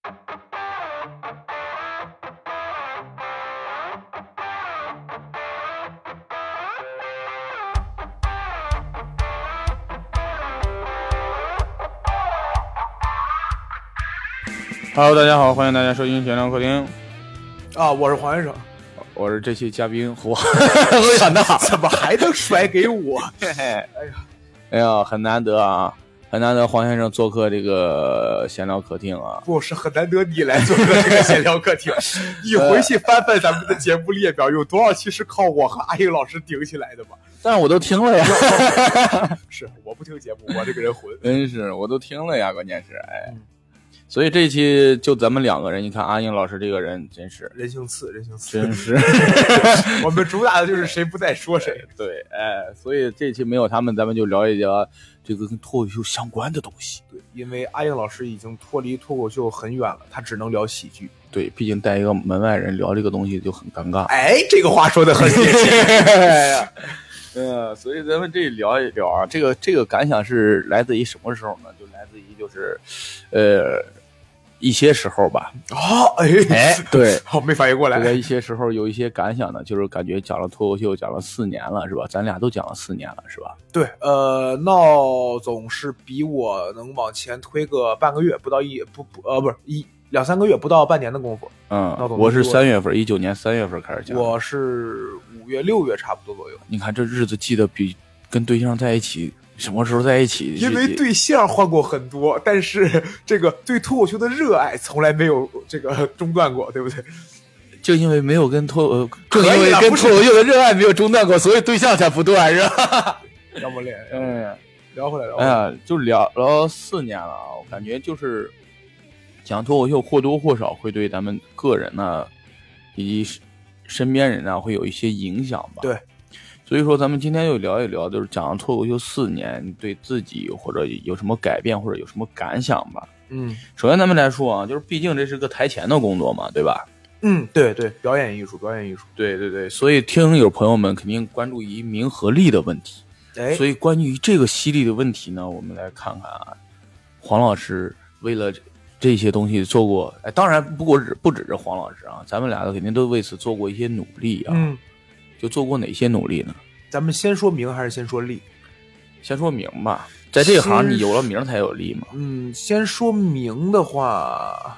Hello， 大家好，欢迎大家收听闲聊客厅。 我是黄先生， 我是这期嘉宾胡我想到怎么还能甩给我？ 哎呀，很难得啊，很难得黄先生做客这个闲聊客厅啊。 不是很难得你来做客这个闲聊客厅。你回去翻翻咱们的节目列表，有多少期是靠我和阿英老师顶起来的吧？ 但是我都听了呀。 是我不听节目，我这个人混。 真是我都听了呀，关键是所以这一期就咱们两个人，你看阿英老师这个人真是人性次， 真是我们主打的就是谁不在说谁。 对，所以这期没有他们，咱们就聊一聊这个跟脱口秀相关的东西。 对，因为阿英老师已经脱离脱口秀很远了，他只能聊喜剧。 对，毕竟带一个门外人聊这个东西就很尴尬。 这个话说的很贴切。 所以咱们这里聊一聊啊，这个感想是来自于什么时候呢？就来自于就是一些时候吧。对， 没反应过来。 这个一些时候有一些感想呢，就是感觉讲了脱口秀讲了4年了，是吧？咱俩都讲了4年了，是吧？ 对，闹总是比我能往前推个半个月，不到2、3个月，不到半年的功夫。 我是3月份，19年3月份开始讲。 我是5月6月差不多左右。 你看这日子记得比跟对象在一起什么时候在一起？ 因为对象换过很多，但是这个对脱口秀的热爱从来没有这个中断过，对不对？ 就因为没有跟脱口秀的热爱没有中断过，所以对象才不断，是吧？ 要不练，聊回来。 就聊4年了啊，我感觉就是讲脱口秀或多或少会对咱们个人呢，以及身边人呢会有一些影响吧。 对。 所以说咱们今天就聊一聊，就是讲脱口秀4年，你对自己或者有什么改变或者有什么感想吧。首先咱们来说啊，就是毕竟这是个台前的工作嘛，对吧？ 对，表演艺术。 对，所以听友朋友们肯定关注于名和利的问题。所以关于这个犀利的问题呢，我们来看看啊，黄老师为了这些东西做过，当然不只是黄老师啊，咱们俩肯定都为此做过一些努力啊。就做过哪些努力呢？ 咱们先说名还是先说利？ 先说名吧，在这行你有了名才有利嘛。 先说名的话，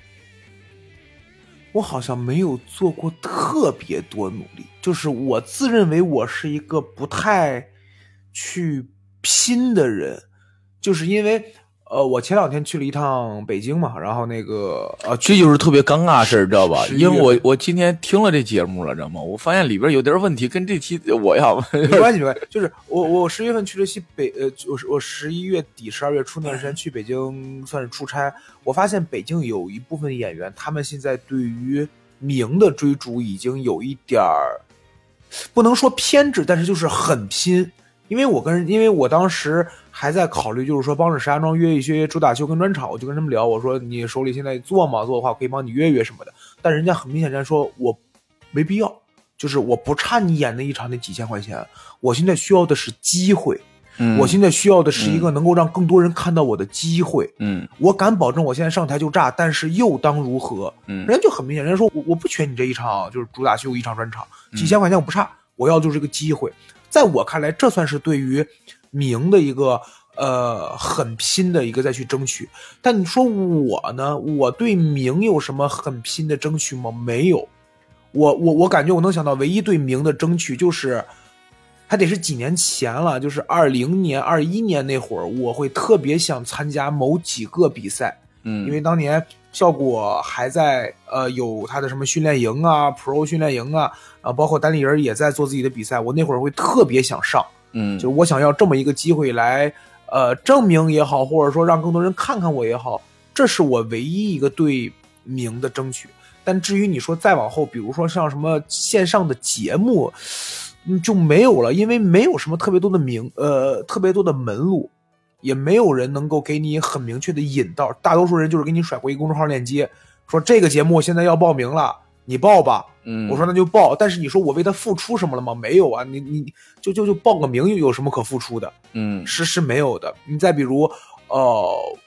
我好像没有做过特别多努力，就是我自认为我是一个不太去拼的人，就是因为我前2天去了一趟北京嘛，然后那个这就是特别尴尬的事儿，知道吧？因为我今天听了这节目了，知道吗？我发现里边有点问题，跟这期我要没关系，就是我10月份去了我11月底12月初那段时间去北京算是出差，我发现北京有一部分演员，他们现在对于名的追逐已经有一点不能说偏执，但是就是很拼。因为我当时还在考虑，就是说帮着石家庄约一些主打秀跟专场，我就跟他们聊，我说你手里现在做吗？做的话我可以帮你约什么的。但人家很明显人家说我没必要，就是我不差你演那一场那几千块钱，我现在需要的是机会。我现在需要的是一个能够让更多人看到我的机会。我敢保证我现在上台就炸，但是又当如何？人家就很明显，人家说我不缺你这一场就是主打秀一场专场，几千块钱我不差，我要就是这个机会。在我看来，这算是对于名的一个很拼的一个再去争取。但你说我呢，我对名有什么很拼的争取吗？没有。我感觉我能想到唯一对名的争取就是还得是几年前了，就是20年21年那会儿，我会特别想参加某几个比赛。因为当年效果还在有他的什么训练营啊 Pro 训练营啊，包括单立人也在做自己的比赛，我那会儿会特别想上。就是我想要这么一个机会来证明也好，或者说让更多人看看我也好，这是我唯一一个对名的争取。但至于你说再往后，比如说像什么线上的节目就没有了，因为没有什么特别多的特别多的门路，也没有人能够给你很明确的引导，大多数人就是给你甩过一公众号链接，说这个节目现在要报名了，你报吧。我说那就报，但是你说我为他付出什么了吗？没有啊，你就报个名有什么可付出的？是没有的。你再比如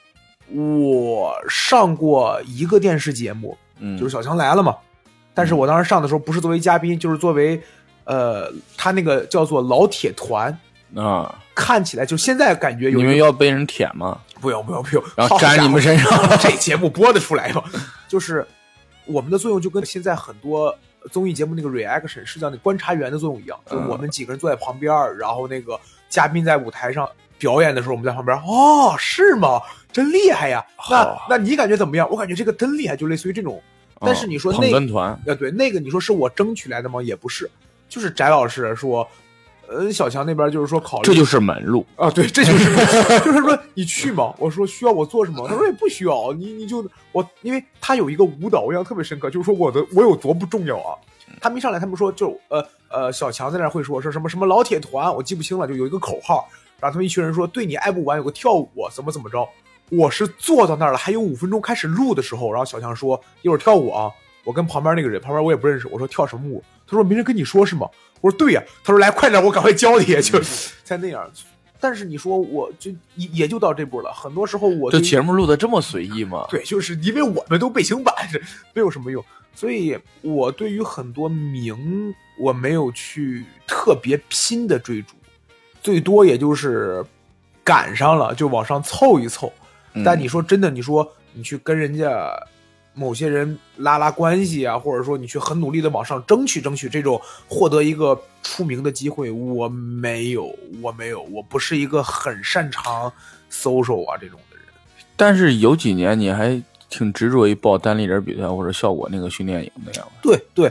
我上过一个电视节目，就是小强来了嘛，但是我当时上的时候不是作为嘉宾，就是作为他那个叫做老铁团啊， 看起来就现在感觉有你们要被人舔吗？ 不用， 然后粘你们身上， 这节目播得出来吗？就是我们的作用就跟现在很多综艺节目那个 reaction 是叫那观察员的作用一样，就是我们几个人坐在旁边，然后那个嘉宾在舞台上表演的时候，我们在旁边，哦，是吗？真厉害呀！那你感觉怎么样？我感觉这个真厉害，就类似于这种。但是你说那捧哏团， 对那个，你说是我争取来的吗？也不是，就是翟老师说。小强那边就是说考虑， 这就是门路啊，对，这就是就是说你去吗？我说需要我做什么？他说也不需要，你就我，因为他有一个舞蹈，我印象特别深刻，就是说我有多不重要啊。他们一上来，他们说就小强在那会说什么老铁团，我记不清了，就有一个口号，然后他们一群人说对你爱不完，有个跳舞，怎么着。我是坐到那儿了，还有5分钟开始录的时候，然后小强说一会儿跳舞啊，我跟旁边那个人，旁边我也不认识，我说跳什么舞？他说没人跟你说是吗？我说对呀，他说来快点，我赶快教你，就才那样。但是你说我就也就到这步了，很多时候我这节目录的这么随意吗？ 对，就是因为我们都背行板，没有什么用，所以我对于很多名我没有去特别拼的追逐，最多也就是赶上了就往上凑一凑。但你说真的，你说你去跟人家某些人拉关系啊，或者说你去很努力的往上争取这种获得一个出名的机会，我没有，我不是一个很擅长 social 啊这种的人。 但是有几年你还挺执着于报单立人比赛或者效果那个训练营的样子。 对，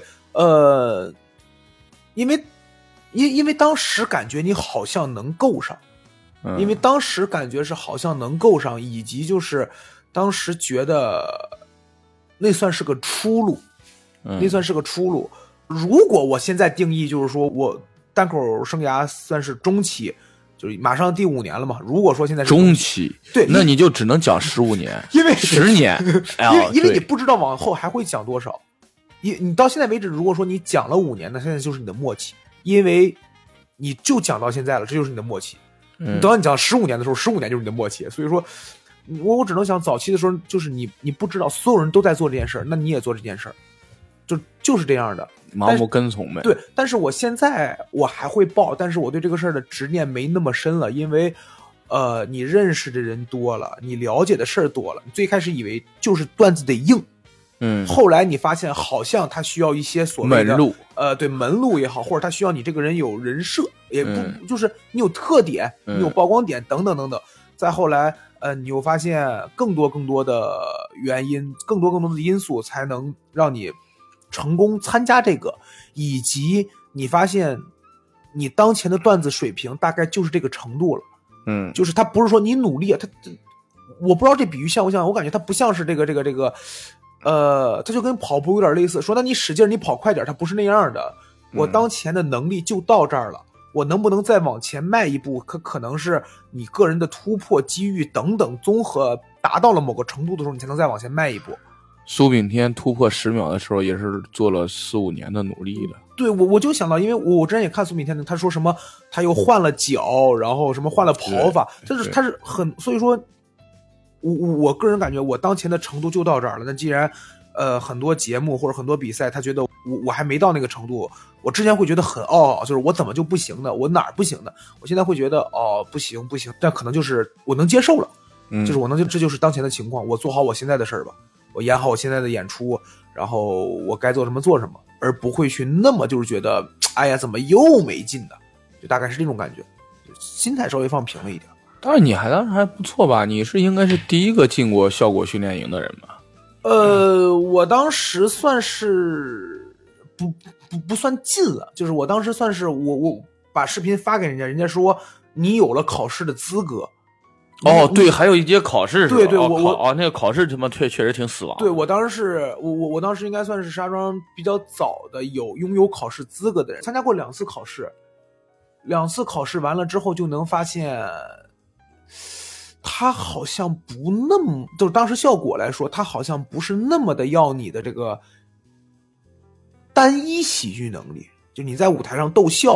因为当时感觉你好像能够上，因为当时感觉是好像能够上，以及就是当时觉得那算是个出路，如果我现在定义就是说我单口生涯算是中期，就是马上第5年了嘛。如果说现在是中期， 对， 那你就只能讲15年， 因为 10年， 因为你不知道往后还会讲多少。你到现在为止，如果说你讲了5年，那现在就是你的默契，因为你就讲到现在了，这就是你的默契。等到你讲15年的时候，15年就是你的默契。所以说，我只能想早期的时候，就是你不知道所有人都在做这件事儿，那你也做这件事儿，就是这样的， 盲目跟从呗。 对，但是我现在我还会报，但是我对这个事儿的执念没那么深了，因为你认识的人多了，你了解的事儿多了，你最开始以为就是段子得硬。后来你发现好像他需要一些所谓的门路， 对，门路也好，或者他需要你这个人有人设，也不就是你有特点，你有曝光点等等等等。再后来，你又发现更多的原因，更多的因素才能让你成功参加这个，以及你发现你当前的段子水平大概就是这个程度了。就是他不是说你努力啊，我不知道这比喻像不像，我感觉他不像是这个。它就跟跑步有点类似，说那你使劲你跑快点，它不是那样的。我当前的能力就到这儿了，我能不能再往前迈一步，可能是你个人的突破、机遇等等综合达到了某个程度的时候，你才能再往前迈一步。 苏炳添突破10秒的时候，也是做了4、5年的努力的。 对，我就想到，因为我之前也看苏炳添的，他说什么他又换了脚，然后什么换了跑法，他是很，所以说。我个人感觉我当前的程度就到这儿了。那既然很多节目或者很多比赛他觉得我还没到那个程度，我之前会觉得很懊恼，就是我怎么就不行呢？我哪儿不行呢？我现在会觉得不行，但可能就是我能接受了，就是这就是当前的情况，我做好我现在的事儿吧，我演好我现在的演出，然后我该做什么做什么，而不会去那么就是觉得哎呀怎么又没劲的，就大概是这种感觉，心态稍微放平了一点。 但是你当时还不错吧？你是应该是第一个进过效果训练营的人吧？ 我当时算是不算进了，就是我当时算是我把视频发给人家，人家说你有了考试的资格。 对，还有一节考试是吧？ 对， 那个考试他妈确实挺死亡。 对，我当时我当时应该算是石家庄比较早的拥有考试资格的人，参加过2次考试，2次考试完了之后就能发现。他好像不那么，就是当时效果来说，他好像不是那么的要你的这个单一喜剧能力，就你在舞台上逗笑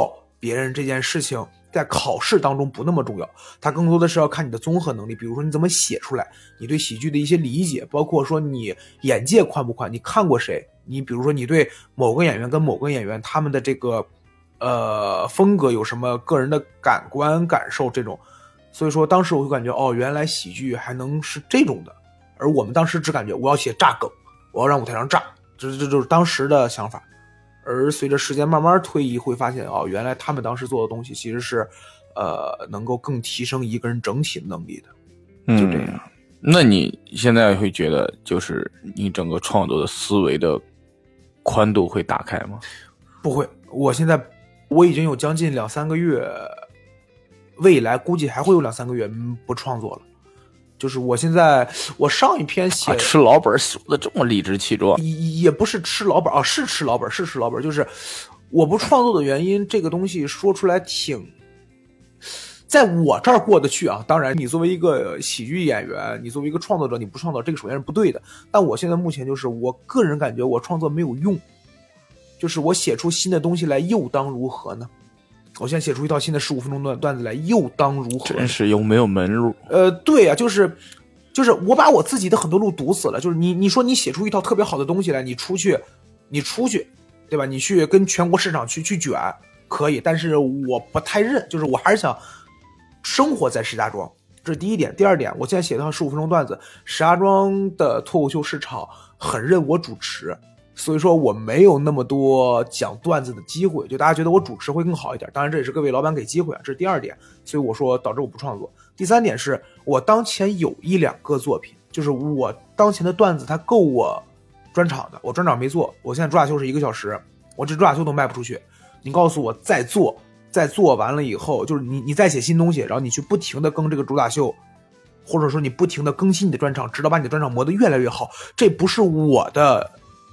别人这件事情在考试当中不那么重要，它更多的是要看你的综合能力，比如说你怎么写出来，你对喜剧的一些理解，包括说你眼界宽不宽，你看过谁，你比如说你对某个演员跟某个演员他们的这个风格有什么个人的感官感受这种。所以说当时我就感觉原来喜剧还能是这种的，而我们当时只感觉我要写炸梗，我要让舞台上炸，这就是当时的想法。而随着时间慢慢推移，会发现原来他们当时做的东西其实是能够更提升一个人整体的能力的，就这样。 那你现在会觉得就是你整个创作的思维的宽度会打开吗？ 不会，我已经有将近2-3个月，未来估计还会有2-3个月不创作了。就是我上一篇写吃老本说的这么理直气壮， 也不是吃老本是吃老本，就是我不创作的原因，这个东西说出来挺在我这儿过得去啊。当然你作为一个喜剧演员，你作为一个创作者，你不创作这个首先是不对的。但我现在目前就是我个人感觉我创作没有用，就是我写出新的东西来又当如何呢？我现在写出一套新的15分钟段子来又当如何？ 真是又没有门路。 对呀，就是我把我自己的很多路堵死了。就是你说你写出一套特别好的东西来，你出去，对吧？你去跟全国市场去卷可以，但是我不太认，就是我还是想生活在石家庄，这是第一点。第二点，我现在写一套15分钟段子，石家庄的脱口秀市场很认我主持。所以说我没有那么多讲段子的机会，就大家觉得我主持会更好一点，当然这也是各位老板给机会啊，这是第二点。所以我说导致我不创作。第三点是我当前有1-2个作品，就是我当前的段子它够我专场的，我专场没做，我现在主打秀是1个小时，我这主打秀都卖不出去。你告诉我再做完了以后，就是你再写新东西，然后你去不停的更这个主打秀，或者说你不停的更新你的专场，直到把你的专场磨得越来越好，这不是我的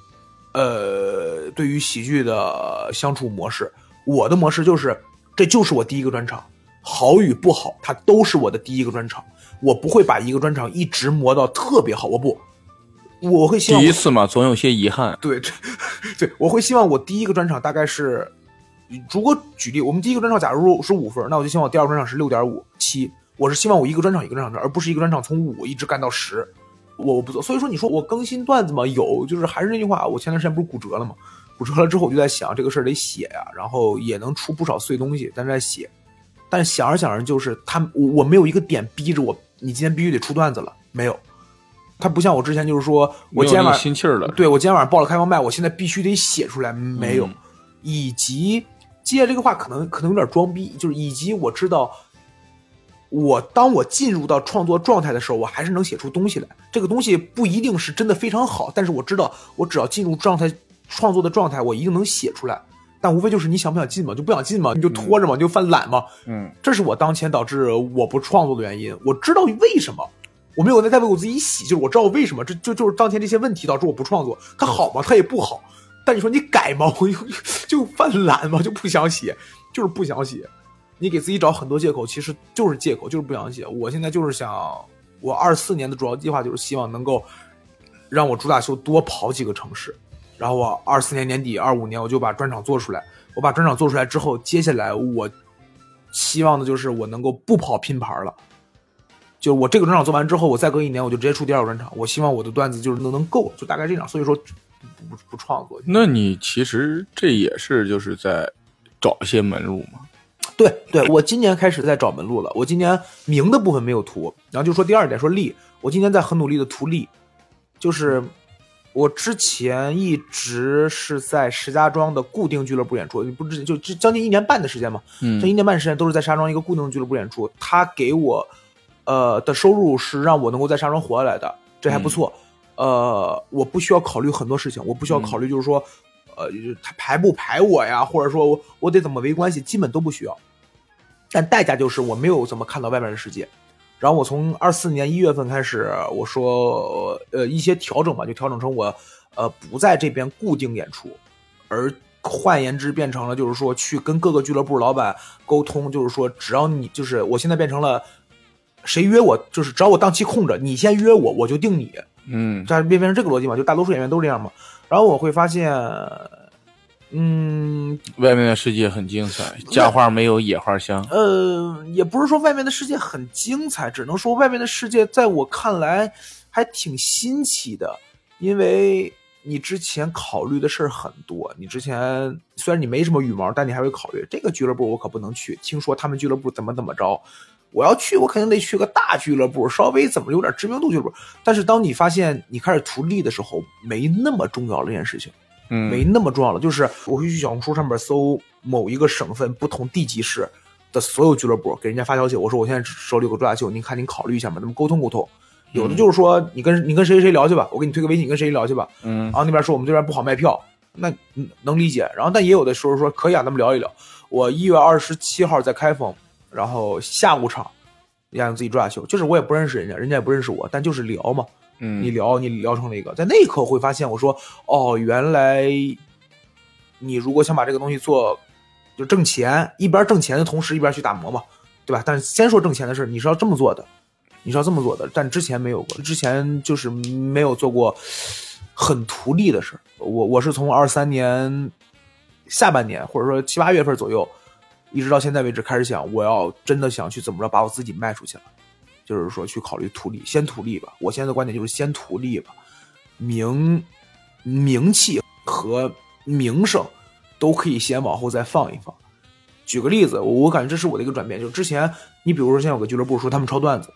对于喜剧的相处模式。我的模式就是这就是我第一个专场，好与不好它都是我的第一个专场，我不会把一个专场一直磨到特别好，我会希望第一次嘛，总有些遗憾。 对，我会希望我第一个专场大概是，如果举例我们第一个专场假如是5分，那我就希望我第二个专场是6.5、7，我是希望我一个专场一个专场，而不是一个专场从5一直干到10，我不做。所以说你说我更新段子吗？有，就是还是那句话，我前段时间不是骨折了吗？骨折了之后我就在想这个事儿得写呀，然后也能出不少碎东西，但是在写，但是想着想着就是我没有一个点逼着我，你今天必须得出段子了，没有。他不像我之前就是说我今天晚上心气儿了， 对，我今天晚上报了开放麦，我现在必须得写出来，没有。以及接着这个话可能有点装逼，就是以及我知道当我进入到创作状态的时候，我还是能写出东西来。这个东西不一定是真的非常好，但是我知道我只要进入创作的状态，我一定能写出来。但无非就是你想不想进嘛，就不想进嘛，你就拖着嘛，你就犯懒嘛。这是我当前导致我不创作的原因。我知道为什么，我没有在为我自己洗，就是我知道为什么，就是当前这些问题导致我不创作。它好吗？它也不好。但你说你改吗？我就犯懒嘛，就不想写，就是不想写。你给自己找很多借口，其实就是借口，就是不想写。我现在就是想，我24年的主要计划就是希望能够让我主打秀多跑几个城市，然后我24年年底、25年我就把专场做出来。我把专场做出来之后，接下来我希望的就是我能够不跑拼盘了。就我这个专场做完之后，我再隔1年我就直接出第2个专场。我希望我的段子就是能够，就大概这样。所以说不创作。 那你其实这也是就是在找一些门路嘛？ 对，我今年开始在找门路了。我今年名的部分没有图，然后就说第二点，说利。我今年在很努力的图利，就是我之前一直是在石家庄的固定俱乐部演出，不是就将近1年半的时间嘛。这1年半的时间都是在石家庄一个固定俱乐部演出，他给我的收入是让我能够在石家庄活下来的，这还不错。我不需要考虑很多事情，我不需要考虑就是说他排不排我呀，或者说我得怎么维关系，基本都不需要。但代价就是我没有怎么看到外面的世界。然后我从24年1月份开始，我说一些调整吧，就调整成我不在这边固定演出，而换言之变成了就是说去跟各个俱乐部老板沟通，就是说只要你就是我现在变成了谁约我，就是只要我档期空着，你先约我，我就定你。这变成这个逻辑嘛，就大多数演员都这样嘛。然后我会发现外面的世界很精彩，家花没有野花香。 也不是说外面的世界很精彩，只能说外面的世界在我看来还挺新奇的，因为你之前考虑的事儿很多。你之前虽然你没什么羽毛，但你还会考虑这个俱乐部我可不能去，听说他们俱乐部怎么着，我要去我肯定得去个大俱乐部，稍微怎么有点知名度俱乐部。但是当你发现你开始图利的时候，没那么重要的这件事情。没那么重要了，就是我会去小红书上面搜某一个省份不同地级市的所有俱乐部，给人家发消息，我说我现在手里有个抓秀，您看您考虑一下嘛，咱们沟通沟通。有的就是说你跟谁聊去吧，我给你推个微信，你跟谁聊去吧。然后那边说我们这边不好卖票，那能理解。然后但也有的时候说可以啊，咱们聊一聊。我1月27号在开封，然后下午场让自己抓秀，就是我也不认识人家，人家也不认识我，但就是聊嘛。你聊成了一个，在那一刻会发现，我说哦，原来你如果想把这个东西做，就挣钱，一边挣钱的同时一边去打磨嘛，对吧？但是先说挣钱的事，你是要这么做的，但之前没有过，之前就是没有做过很图利的事。我是从23年下半年，或者说7、8月份左右，一直到现在为止开始想，我要真的想去怎么着把我自己卖出去了。就是说去考虑图利，先图利吧。我现在的观点就是先图利吧，名气和名声都可以先往后再放一放。举个例子，我感觉这是我的一个转变，就之前你比如说现在有个俱乐部说他们抄段子，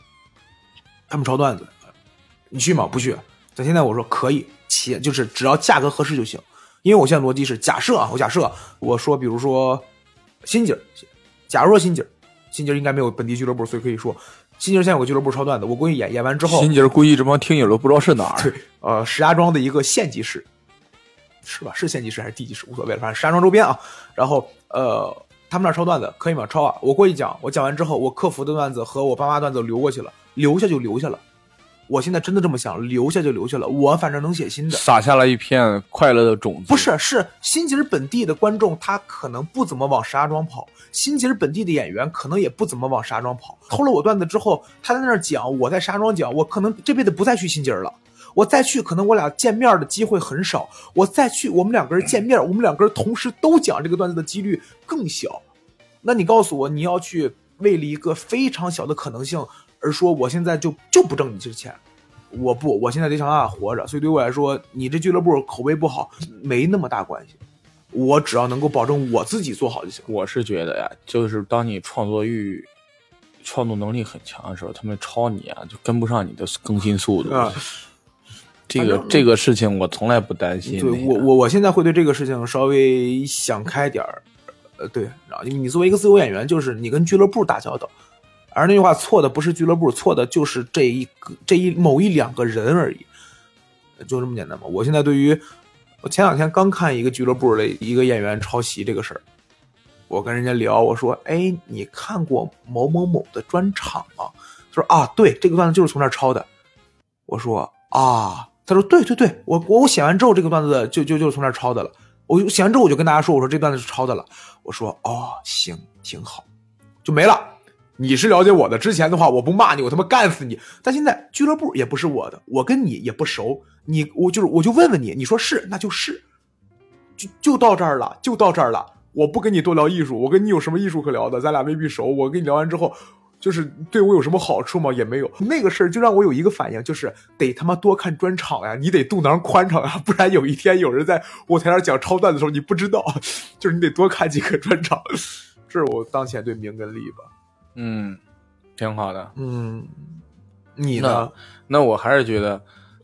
你去吗？不去。但现在我说可以，就是只要价格合适就行。因为我现在逻辑是假设我说比如说新津，假如说新津应该没有本地俱乐部，所以可以说新津现在有个俱乐部抄段子，我估计演完之后， 新津估计这帮听友都不知道是哪儿。 对，石家庄的一个县级市，是吧？是县级市还是地级市无所谓了，反正石家庄周边啊。然后他们那抄段子可以吗？抄啊！我过去讲，我讲完之后，我客服的段子和我爸妈段子留过去了，留下就留下了。我现在真的这么想，留下就留下了。我反正能写新的， 撒下了一片快乐的种子。 不是新津本地的观众，他可能不怎么往石家庄跑；新津本地的演员可能也不怎么往石家庄跑。偷了我段子之后，他在那儿讲，我在石家庄讲，我可能这辈子不再去新津了。我再去，可能我俩见面的机会很少。我再去，我们两个人见面，我们两个人同时都讲这个段子的几率更小。那你告诉我，你要去为了一个非常小的可能性而说我现在就不挣你这钱，我现在得想办法活着。所以对我来说，你这俱乐部口碑不好没那么大关系，我只要能够保证我自己做好就行。 我是觉得呀，就是当你创作能力很强的时候，他们抄你啊，就跟不上你的更新速度。这个事情我从来不担心。 对，我现在会对这个事情稍微想开点儿。对，然后你作为一个自由演员，就是你跟俱乐部打交道，而那句话错的不是俱乐部，错的就是某一两个人而已，就这么简单嘛。我现在对于我前2天刚看一个俱乐部的一个演员抄袭这个事儿，我跟人家聊，我说，哎，你看过某某某的专场吗？他说啊，对，这个段子就是从那儿抄的。我说啊，他说对，我写完之后这个段子就是从那儿抄的了。我写完之后我就跟大家说，我说这段子是抄的了。我说哦，行，挺好，就没了。你是了解我的，之前的话我不骂你，我他妈干死你。但现在俱乐部也不是我的，我跟你也不熟，我就问问你，你说是那就是，就到这儿了，我不跟你多聊艺术，我跟你有什么艺术可聊的？咱俩未必熟，我跟你聊完之后，就是对我有什么好处吗？也没有。那个事儿就让我有一个反应，就是得他妈多看专场呀，你得肚囊宽敞呀，不然有一天有人在舞台上讲超段的时候，你不知道，就是你得多看几个专场。这是我当前对名跟利吧。 挺好的。 你呢？ 那我还是觉得，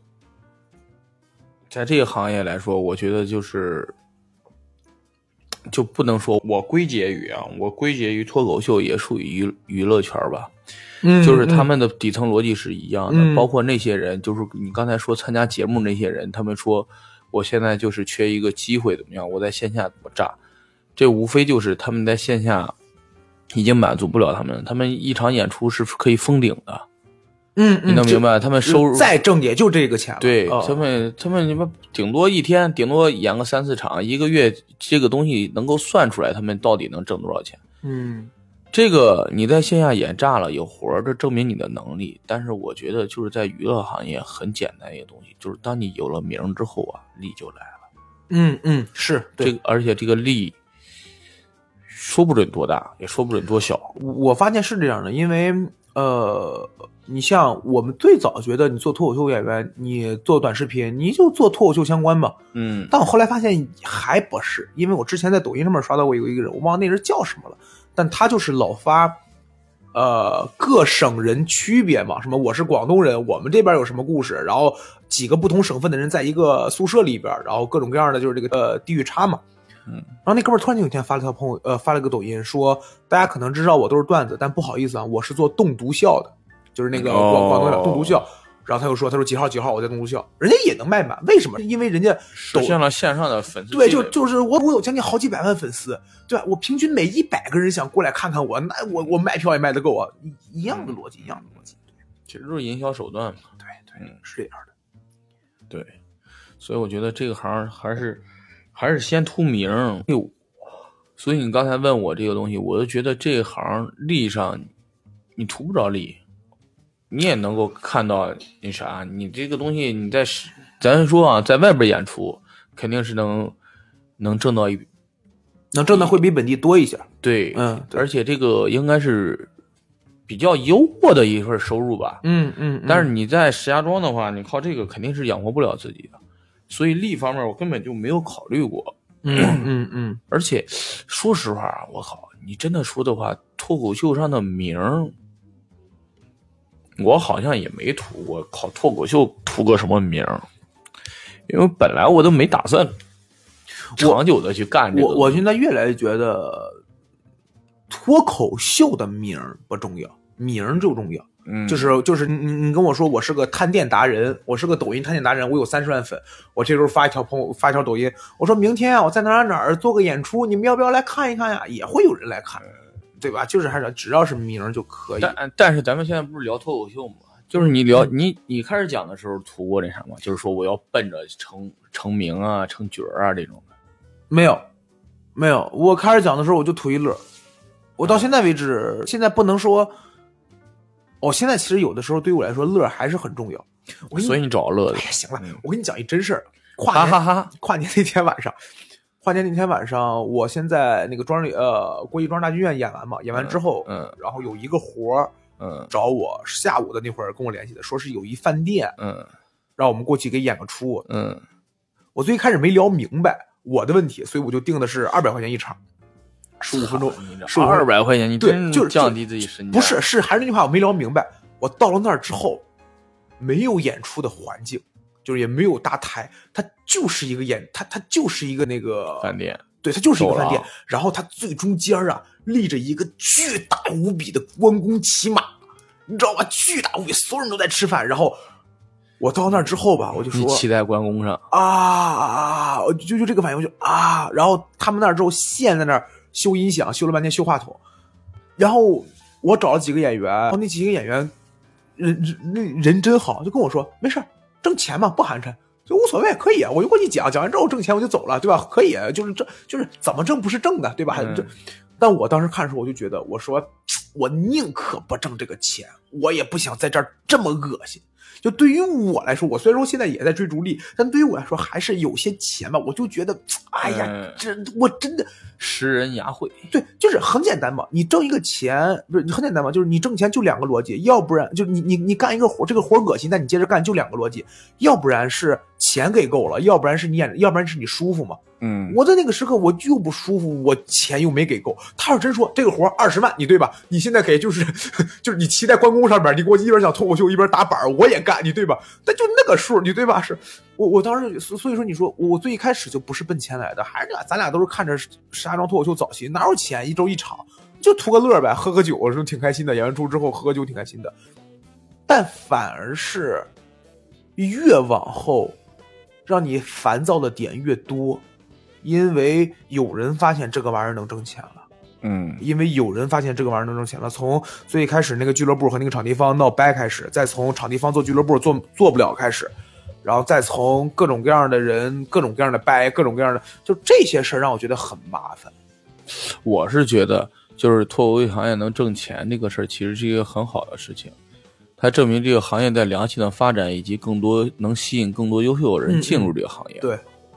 在这个行业来说，我觉得就不能说我归结于脱口秀也属于娱乐圈吧。就是他们的底层逻辑是一样的，包括那些人，就是你刚才说参加节目那些人，他们说我现在就是缺一个机会怎么样，我在线下怎么炸，这无非就是他们在线下已经满足不了他们一场演出是可以封顶的。你能明白，他们收入再挣也就这个钱了。 对，他们你们顶多一天顶多演个3-4场，一个月这个东西能够算出来他们到底能挣多少钱。这个你在线下演炸了有活，这证明你的能力。但是我觉得就是在娱乐行业很简单一个东西，就是当你有了名之后啊，利就来了。 是这个，而且这个利说不准多大，也说不准多小。 我发现是这样的，因为你像我们最早觉得你做脱口秀演员，你做短视频，你就做脱口秀相关吧。但我后来发现还不是，因为我之前在抖音上面刷到过有一个人，我忘了那人叫什么了，但他就是老发各省人区别嘛，什么我是广东人，我们这边有什么故事，然后几个不同省份的人在一个宿舍里边，然后各种各样的就是这个地域差嘛。然后那哥们儿突然有一天发了个抖音说，大家可能知道我都是段子，但不好意思啊，我是做栋笃笑的，就是那个广东的栋笃笑。然后他又说几号我在栋笃笑，人家也能卖满，为什么？因为人家实现了线上的粉丝。 对，就是我有将近好几百万粉丝，对吧？我平均每100个人想过来看看我，那我卖票也卖得够啊，一样的逻辑。 其实就是营销手段嘛。 对，是这样的。 对，所以我觉得这个行还是先图名。所以你刚才问我这个东西，我就觉得这行利上你图不着利，你也能够看到那啥，你这个东西你在咱说啊，在外边演出肯定是能挣到能挣的会比本地多一些。 对，对，而且这个应该是比较优渥的一份收入吧。但是你在石家庄的话，你靠这个肯定是养活不了自己的，所以利方面我根本就没有考虑过。而且说实话，我靠，你真的说的话，脱口秀上的名我好像也没图过，靠脱口秀图个什么名，因为本来我都没打算长久的去干这个。 我现在越来越觉得脱口秀的名不重要，名就重要。就是你跟我说我是个探店达人，我是个抖音探店达人，我有30万粉，我这时候发一条抖音，我说明天啊我在哪儿做个演出，你们要不要来看一看呀？也会有人来看，对吧？就是还是只要是名就可以。 但是咱们现在不是聊脱口秀吗？就是你开始讲的时候图过这啥吗？就是说我要奔着成名啊、成角啊这种的。 没有，我开始讲的时候我就图一乐。我到现在为止，现在不能说。现在其实有的时候对于我来说乐还是很重要， 所以你找乐的。 哎呀，行了，我跟你讲一真事儿。跨年那天晚上，我先在那个国际庄大剧院演完嘛，演完之后，然后有一个活儿，找我下午的那会儿跟我联系的，说是有一饭店，让我们过去给演个出，我最开始没聊明白我的问题，所以我就定的是200块钱一场。15分钟 ，200块钱，你真就是降低自己身价。 不是，还是那句话，我没聊明白。我到了那儿之后，没有演出的环境，就是也没有大台，它就是一个它就是一个那个饭店， 对，它就是一个饭店。然后它最中间啊立着一个巨大无比的关公骑马，你知道吧？巨大无比，所有人都在吃饭。然后我到那儿之后吧，我就说你骑在关公上就这个反应，我就然后他们那儿之后现在那儿。修音响，修了半天修话筒，然后我找了几个演员，然后那几个演员人真好，就跟我说没事挣钱嘛，不寒碜，就无所谓，可以啊，我就过去讲完之后挣钱我就走了，对吧？可以，就是怎么挣不是挣的，对吧？但我当时看的时候我就觉得，我说我宁可不挣这个钱，我也不想在这儿这么恶心。就对于我来说，我虽然说现在也在追逐利，但对于我来说还是有些钱吧，我就觉得，哎呀，我真的食人牙慧。 对，就是很简单嘛，你挣一个钱不是很简单嘛，就是你挣钱就2个逻辑，要不然就你干一个活，这个活恶心，但你接着干就2个逻辑，要不然是钱给够了，要不然是你舒服嘛。我在那个时刻我就不舒服，我钱又没给够。他要真说这个活20万，你对吧？你现在给就是你骑在关公上边，你给我一边讲脱口秀一边打板，我也干，你对吧？但就那个数，你对吧？是我当时，所以说你说我最一开始就不是奔钱来的，还是咱俩都是看着石家庄脱口秀早期，哪有钱1周1场，就图个乐呗，喝个酒是挺开心的，演完出之后喝个酒挺开心的。但反而是越往后，让你烦躁的点越多。因为有人发现这个玩意儿能挣钱了，因为有人发现这个玩意儿能挣钱了。从最开始那个俱乐部和那个场地方闹掰开始，再从场地方做俱乐部做不了开始，然后再从各种各样的人、各种各样的掰、各种各样的，就这些事儿让我觉得很麻烦。 我是觉得，就是脱口秀行业能挣钱这个事儿，其实是一个很好的事情。它证明这个行业在良性的发展，以及能吸引更多优秀的人进入这个行业。 对。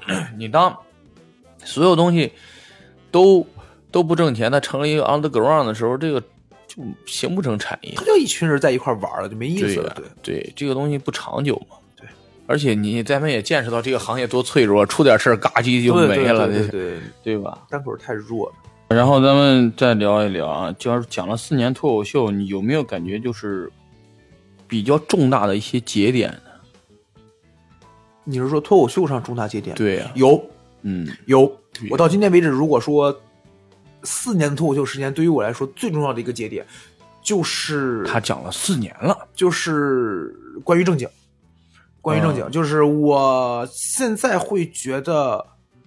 你当所有东西都不挣钱，它成了一个 underground 的时候，这个就形不成产业。 它就一群人在一块玩了，就没意思了。 对，这个东西不长久嘛。 对， 而且咱们也见识到这个行业多脆弱，出点事儿嘎叽就没了，对吧？ 单口太弱了。 然后咱们再聊一聊啊，就是讲了4年脱口秀，你有没有感觉就是比较重大的一些节点呢？ 你是说脱口秀上重大节点？ 对呀， 有，有。我到今天为止，如果说4年的脱口秀时间，对于我来说最重要的一个节点，就是他讲了4年了， 就是关于正经，就是我现在会觉得。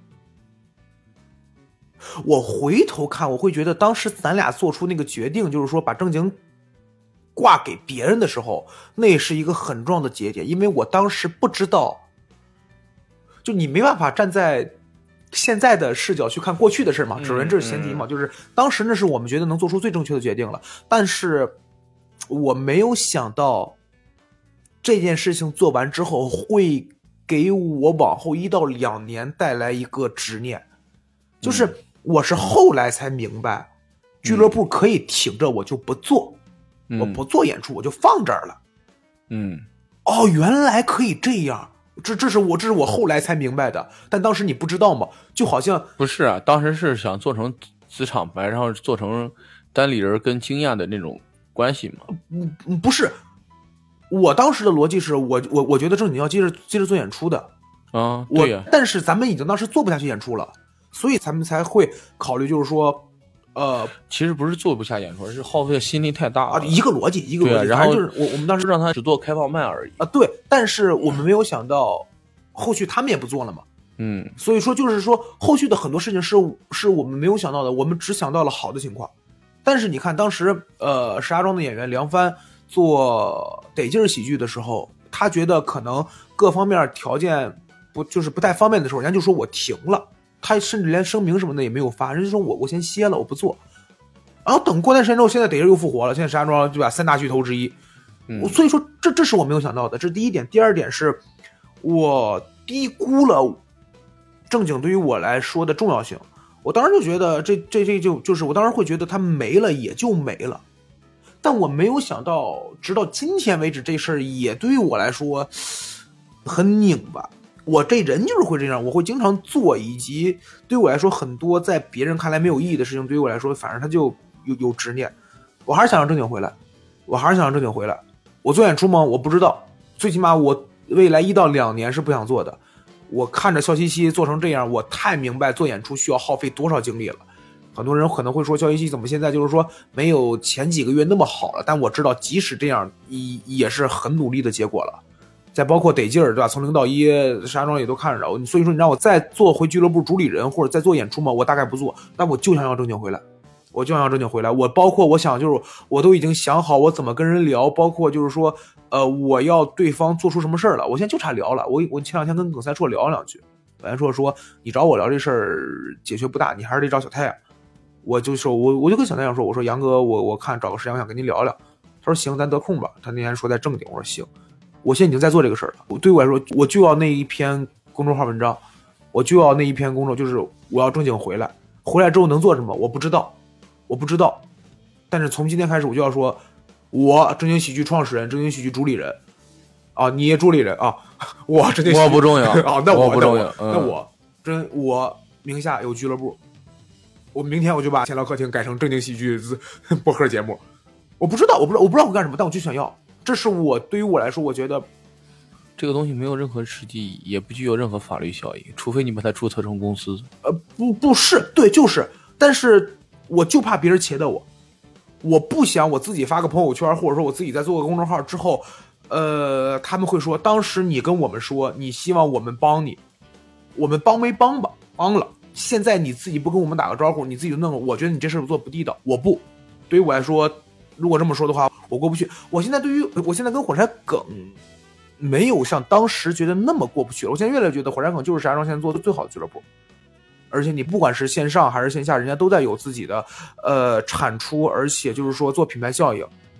我回头看，我会觉得当时咱俩做出那个决定，就是说把正经挂给别人的时候，那是一个很重要的节点，因为我当时不知道，就你没办法站在现在的视角去看过去的事嘛，首先这是前提嘛，就是当时那是我们觉得能做出最正确的决定了，但是我没有想到这件事情做完之后会给我往后1到2年带来一个执念，就是我是后来才明白，俱乐部可以停着，我就不做，我不做演出，我就放这儿了。哦，原来可以这样，这是我后来才明白的，但当时你不知道吗？就好像不是啊，当时是想做成子厂牌，然后做成单立人跟惊讶的那种关系嘛？ 不是，我当时的逻辑是我觉得正经要接着做演出的啊，对呀， 但是咱们已经当时做不下去演出了。所以咱们才会考虑，就是说， 其实不是做不下演出，而是耗费的心力太大了。 一个逻辑。 然后就是我们当时让他只做开放麦而已啊。对，但是我们没有想到，后续他们也不做了嘛。所以说就是说，后续的很多事情是我们没有想到的，我们只想到了好的情况。但是你看，当时石家庄的演员梁帆做得劲儿喜剧的时候，他觉得可能各方面条件不太方便的时候，人家就说我停了。他甚至连声明什么的也没有发，人家说我先歇了，我不做。然后等过段时间之后，现在得劲又复活了，现在石家庄对吧，3大巨头之一。所以说这是我没有想到的，这是第一点。第二点是我低估了正经对于我来说的重要性。我当时就觉得就是我当时会觉得它没了也就没了，但我没有想到，直到今天为止，这事儿也对于我来说很拧巴。我这人就是会这样，我会经常做，以及对我来说很多在别人看来没有意义的事情，对于我来说反正他就有执念。我还是想让正经回来，我做演出吗？我不知道，最起码我未来1到2年是不想做的。我看着笑嘻嘻做成这样，我太明白做演出需要耗费多少精力了。很多人可能会说笑嘻嘻怎么现在就是说没有前几个月那么好了，但我知道即使这样也是很努力的结果了。再包括得劲儿，对吧？从0到1，石家庄也都看着。所以说，你让我再做回俱乐部主理人，或者再做演出嘛，我大概不做。但我就想要正经回来，我包括我想就是，我都已经想好我怎么跟人聊，包括就是说，我要对方做出什么事儿了。我现在就差聊了。我前2天跟耿三硕聊2句，耿三硕说你找我聊这事儿解决不大，你还是得找小太阳。我就跟小太阳说，我说杨哥，我看找个时间我想跟您聊聊。他说行，咱得空吧。他那天说在正经，我说行。我现在已经在做这个事儿了。对我来说，我就要那一篇公众号文章，我就要那一篇公众，就是我要正经回来。回来之后能做什么，我不知道。但是从今天开始，我就要说，我正经喜剧创始人，正经喜剧主理人，啊，你也主理人啊，我正经我不重要啊，那我不重要， 我名下有俱乐部，我明天我就把闲聊客厅改成正经喜剧播客节目。我不知道会干什么，但我就想要。这是我对于我来说，我觉得这个东西没有任何实际意义，也不具有任何法律效益，除非你把它注册成公司。 不是，对，就是，但是我就怕别人切的我不想我自己发个朋友圈，或者说我自己再做个公众号之后，他们会说，当时你跟我们说你希望我们帮你，我们帮没帮吧？帮了。现在你自己不跟我们打个招呼，你自己就弄了，我觉得你这事做不地道。我不，对于我来说。如果这么说的话，我过不去。我现在跟火柴梗没有像当时觉得那么过不去了。我现在越来越觉得火柴梗就是石家庄现在做的最好的俱乐部，而且你不管是线上还是线下，人家都在有自己的产出，而且就是说做品牌效应。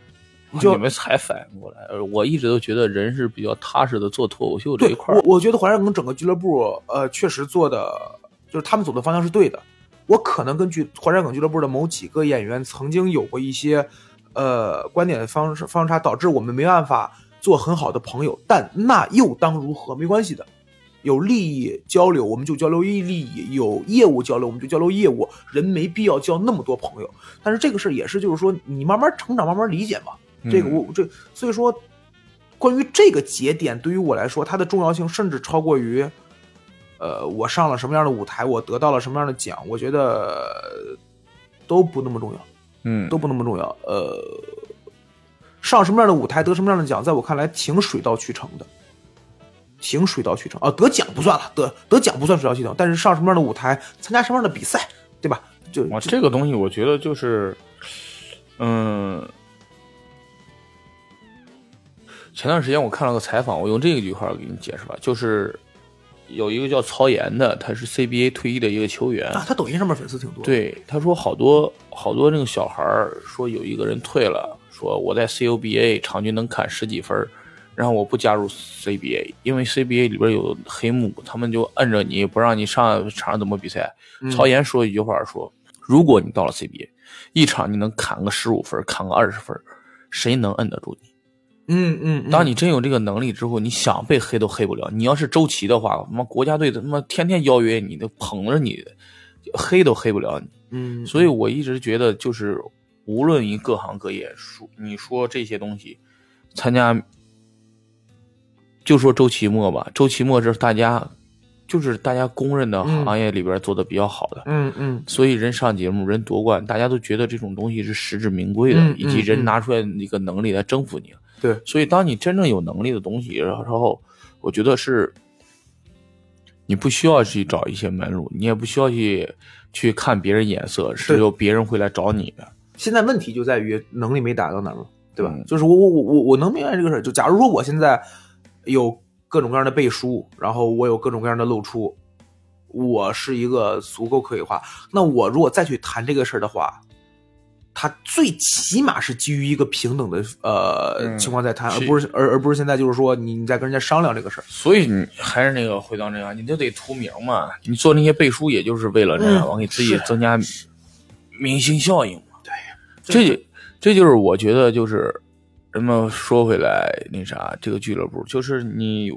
你们才反应过来。我一直都觉得人是比较踏实的做脱口秀这一块。 我觉得环山梗整个俱乐部确实做的就是他们走的方向是对的。我可能根据环山梗俱乐部的某几个演员曾经有过一些观点的方差，导致我们没办法做很好的朋友，但那又当如何？没关系的，有利益交流我们就交流利益，有业务交流我们就交流业务，人没必要交那么多朋友。但是这个事也是就是说你慢慢成长慢慢理解嘛。这个所以说关于这个节点对于我来说它的重要性甚至超过于我上了什么样的舞台，我得到了什么样的奖，我觉得都不那么重要，都不那么重要。上什么样的舞台，得什么样的奖，在我看来挺水到渠成的，挺水到渠成啊。得奖不算了，得奖不算水到渠成，但是上什么样的舞台，参加什么样的比赛，对吧？ 这个东西，我觉得就是，前段时间我看了个采访，我用这个句话给你解释吧，就是有一个叫曹岩的，他是 CBA 退役的一个球员啊，他抖音上面粉丝挺多。 对，他说好多那个小孩说有一个人退了，说我在 CUBA 场均能砍10几分，然后我不加入 CBA， 因为 CBA 里边有黑幕，他们就摁着你不让你上场怎么比赛。曹岩说一句话说，如果你到了 CBA， 一场你能砍个15分，砍个20分，谁能摁得住你？当你真有这个能力之后，你想被黑都黑不了。你要是周琦的话，他妈国家队他妈天天邀约你，都捧着你，黑都黑不了你。所以我一直觉得，就是无论你各行各业，你说这些东西，参加，就说周奇墨吧，周奇墨是大家公认的行业里边做的比较好的。所以人上节目，人夺冠，大家都觉得这种东西是实至名归的，以及人拿出来一个能力来征服你。 对， 所以当你真正有能力的东西，然后我觉得是你不需要去找一些门路，你也不需要去看别人眼色，是由别人会来找你的。 现在问题就在于能力没达到哪儿，对吧？就是我能明白这个事儿。就假如说我现在有各种各样的背书，然后我有各种各样的露出，我是一个足够可以化，那我如果再去谈这个事儿的话，他最起码是基于一个平等的情况在谈，而不是现在就是说你在跟人家商量这个事儿。 所以你还是那个回到那样，你就得图名嘛。你做那些背书，也就是为了那样，给自己增加明星效应嘛。 对， 这就是我觉得就是人们说回来那啥，这个俱乐部就是你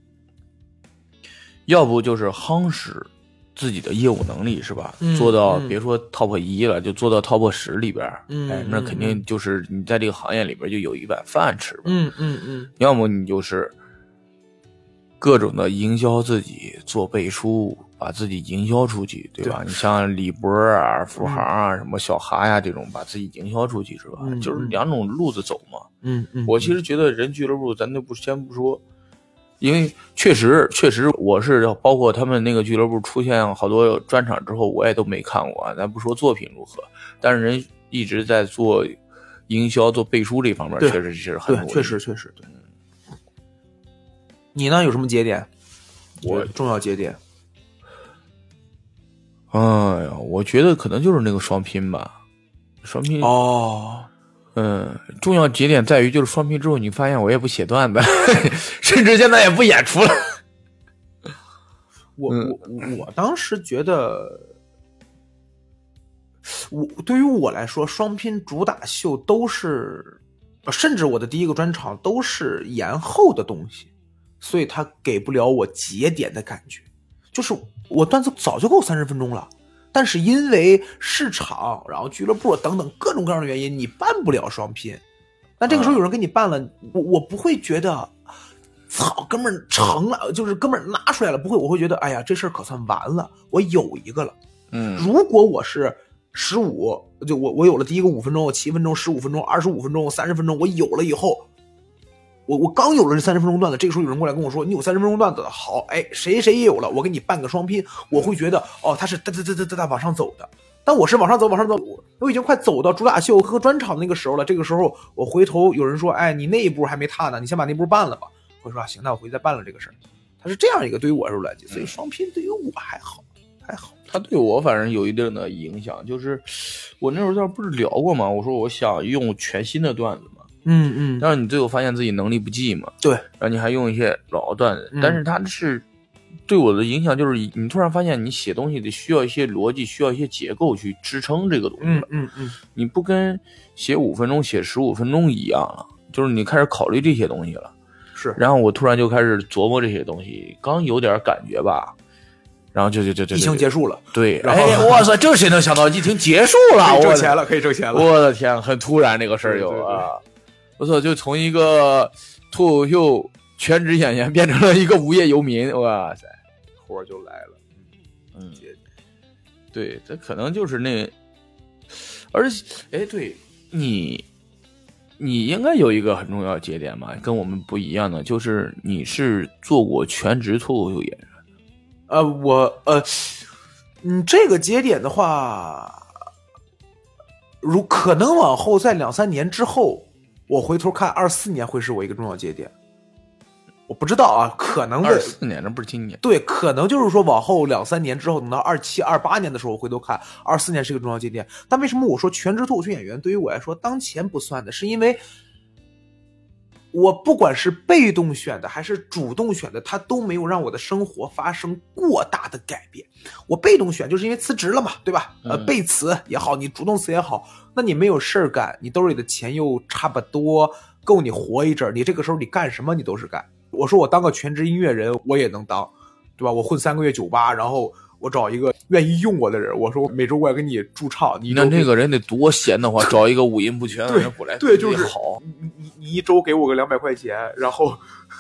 要不就是夯实自己的业务能力是吧？做到别说 top 1了，就做到 top 10里边。那肯定就是你在这个行业里边就有一碗饭吃吧。要么你就是各种的营销自己，做背书，把自己营销出去，对吧？你像李波啊、付航啊、什么小哈呀这种，把自己营销出去是吧？就是两种路子走嘛。我其实觉得人俱乐部咱就先不说。因为确实我是包括他们那个俱乐部出现好多专场之后，我也都没看过。咱不说作品如何，但是人一直在做营销、做背书这方面，确实很努力。 确实对。你呢？有什么节点？我重要节点。 哎呀，我觉得可能就是那个双拼吧。双拼重要节点在于就是双拼之后，你发现我也不写段子，甚至现在也不演出了。 我当时觉得，对于我来说，双拼主打秀都是，甚至我的第一个专场都是延后的东西，所以它给不了我节点的感觉。就是我段子早就够30分钟了。但是因为市场，然后俱乐部等等各种各样的原因，你办不了双拼。那这个时候有人给你办了，我不会觉得，操，哥们儿成了，就是哥们儿拿出来了，不会，我会觉得，哎呀，这事儿可算完了，我有一个了。如果我是15，就我有了第一个5分钟，7分钟、15分钟、25分钟、30分钟，我有了以后。我刚有了这30分钟段子，这个时候有人过来跟我说，你有30分钟段子好，哎，谁也有了，我给你办个双拼，我会觉得他是哒往上走的。但我是往上走，我已经快走到主打秀和专场那个时候了。这个时候我回头有人说，哎，你那一步还没踏呢，你先把那步办了吧。我说行，那我回去再办了这个事儿。他是这样一个对于我来讲，所以双拼对于我还好。 他对我反正有一定的影响，就是我那时候不是聊过吗？我说我想用全新的段子嘛。 然后你最后发现自己能力不济嘛， 对， 然后你还用一些老段子，但是它是对我的影响就是你突然发现你写东西得需要一些逻辑，需要一些结构去支撑这个东西你不跟写5分钟写15分钟一样了，就是你开始考虑这些东西了， 是， 然后我突然就开始琢磨这些东西，刚有点感觉吧，然后就疫情结束了， 对， 然后哇塞，这谁能想到疫情结束了， 可以挣钱了，可以挣钱了， 我的天，很突然这个事儿有啊，我操，就从一个脱口秀全职演员变成了一个无业游民，哇塞， 活就来了， 对，这可能就是那，而且，对你应该有一个很重要的节点嘛，跟我们不一样的，就是你是做过全职脱口秀演员。 这个节点的话，如可能往后在2-3年之后，我回头看24年会是我一个重要节点。我不知道啊，可能的 24年，这不是今年。 对，可能就是说往后2-3年之后，等到27、28年的时候，我回头看24年是一个重要节点。但为什么我说全职脱口秀演员对于我来说当前不算的，是因为我不管是被动选的还是主动选的，它都没有让我的生活发生过大的改变。我被动选就是因为辞职了嘛，对吧？被辞也好，你主动辞也好，那你没有事儿干，你兜里的钱又差不多够你活一阵儿，你这个时候你干什么你都是干。我说我当个全职音乐人我也能当，对吧？我混3个月酒吧，然后我找一个愿意用我的人，我说我每周我要给你驻唱，你那这个人得多闲的话，找一个五音不全的人过来， 对，就是好。 你一周给我个200块钱，然后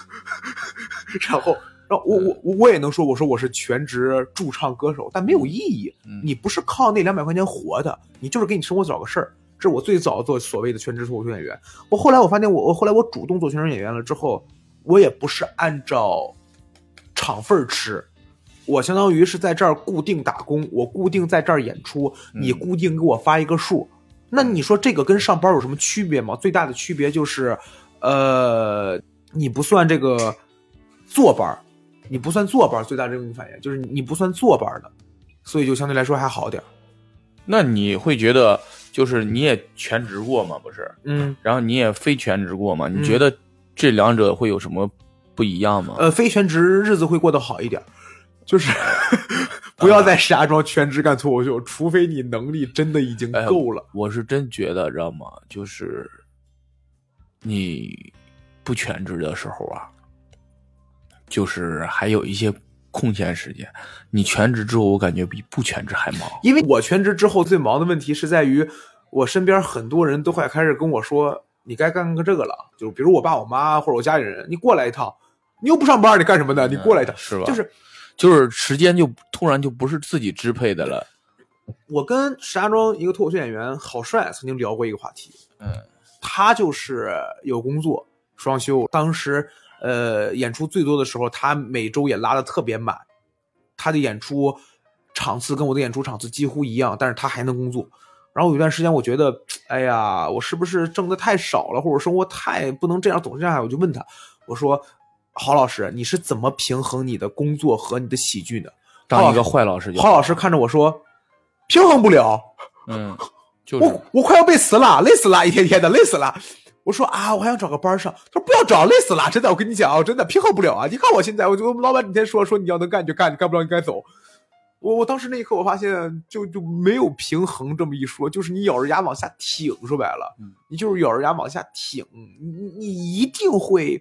我也能说，我说我是全职驻唱歌手，但没有意义。你不是靠那200块钱活的，你就是给你生活找个事儿。这是我最早做所谓的全职脱口秀演员。后来我发现后来我主动做全职演员了之后，我也不是按照场份吃。我相当于是在这儿固定打工，我固定在这儿演出，你固定给我发一个数。那你说这个跟上班有什么区别吗？最大的区别就是，你不算这个坐班，你不算坐班，最大这种反应就是你不算坐班的，所以就相对来说还好点。 那你会觉得，就是你也全职过吗？不是，然后你也非全职过吗？你觉得这两者会有什么不一样吗？ 非全职日子会过得好一点。就是不要在石家庄全职干脱口秀，除非你能力真的已经够了。 我是真觉得，知道吗？就是你不全职的时候啊，就是还有一些空闲时间。你全职之后，我感觉比不全职还忙。 因为我全职之后最忙的问题是在于，我身边很多人都会开始跟我说，你该干个这个了。就比如我爸我妈或者我家里人，你过来一趟，你又不上班，你干什么呢？你过来一趟， 是吧？ 就是时间就突然就不是自己支配的了。 我跟石家庄一个脱口秀演员郝帅曾经聊过一个话题，他就是有工作双休，当时演出最多的时候，他每周也拉得特别满，他的演出场次跟我的演出场次几乎一样，但是他还能工作。然后有一段时间我觉得，哎呀，我是不是挣得太少了，或者生活太不能这样总是这样，我就问他，我说郝老师，你是怎么平衡你的工作和你的喜剧的？ 当一个坏老师就好。 郝老师看着我说，平衡不了。 就是我快要被死了，累死了，一天天的累死了。我说啊，我还想找个班上。他说不要找，累死了，真的，我跟你讲，真的平衡不了啊。你看我现在，我们老板整天说你要能干就干，你干不了你该走。我当时那一刻我发现就没有平衡这么一说，就是你咬着牙往下挺，说白了，你就是咬着牙往下挺，你一定会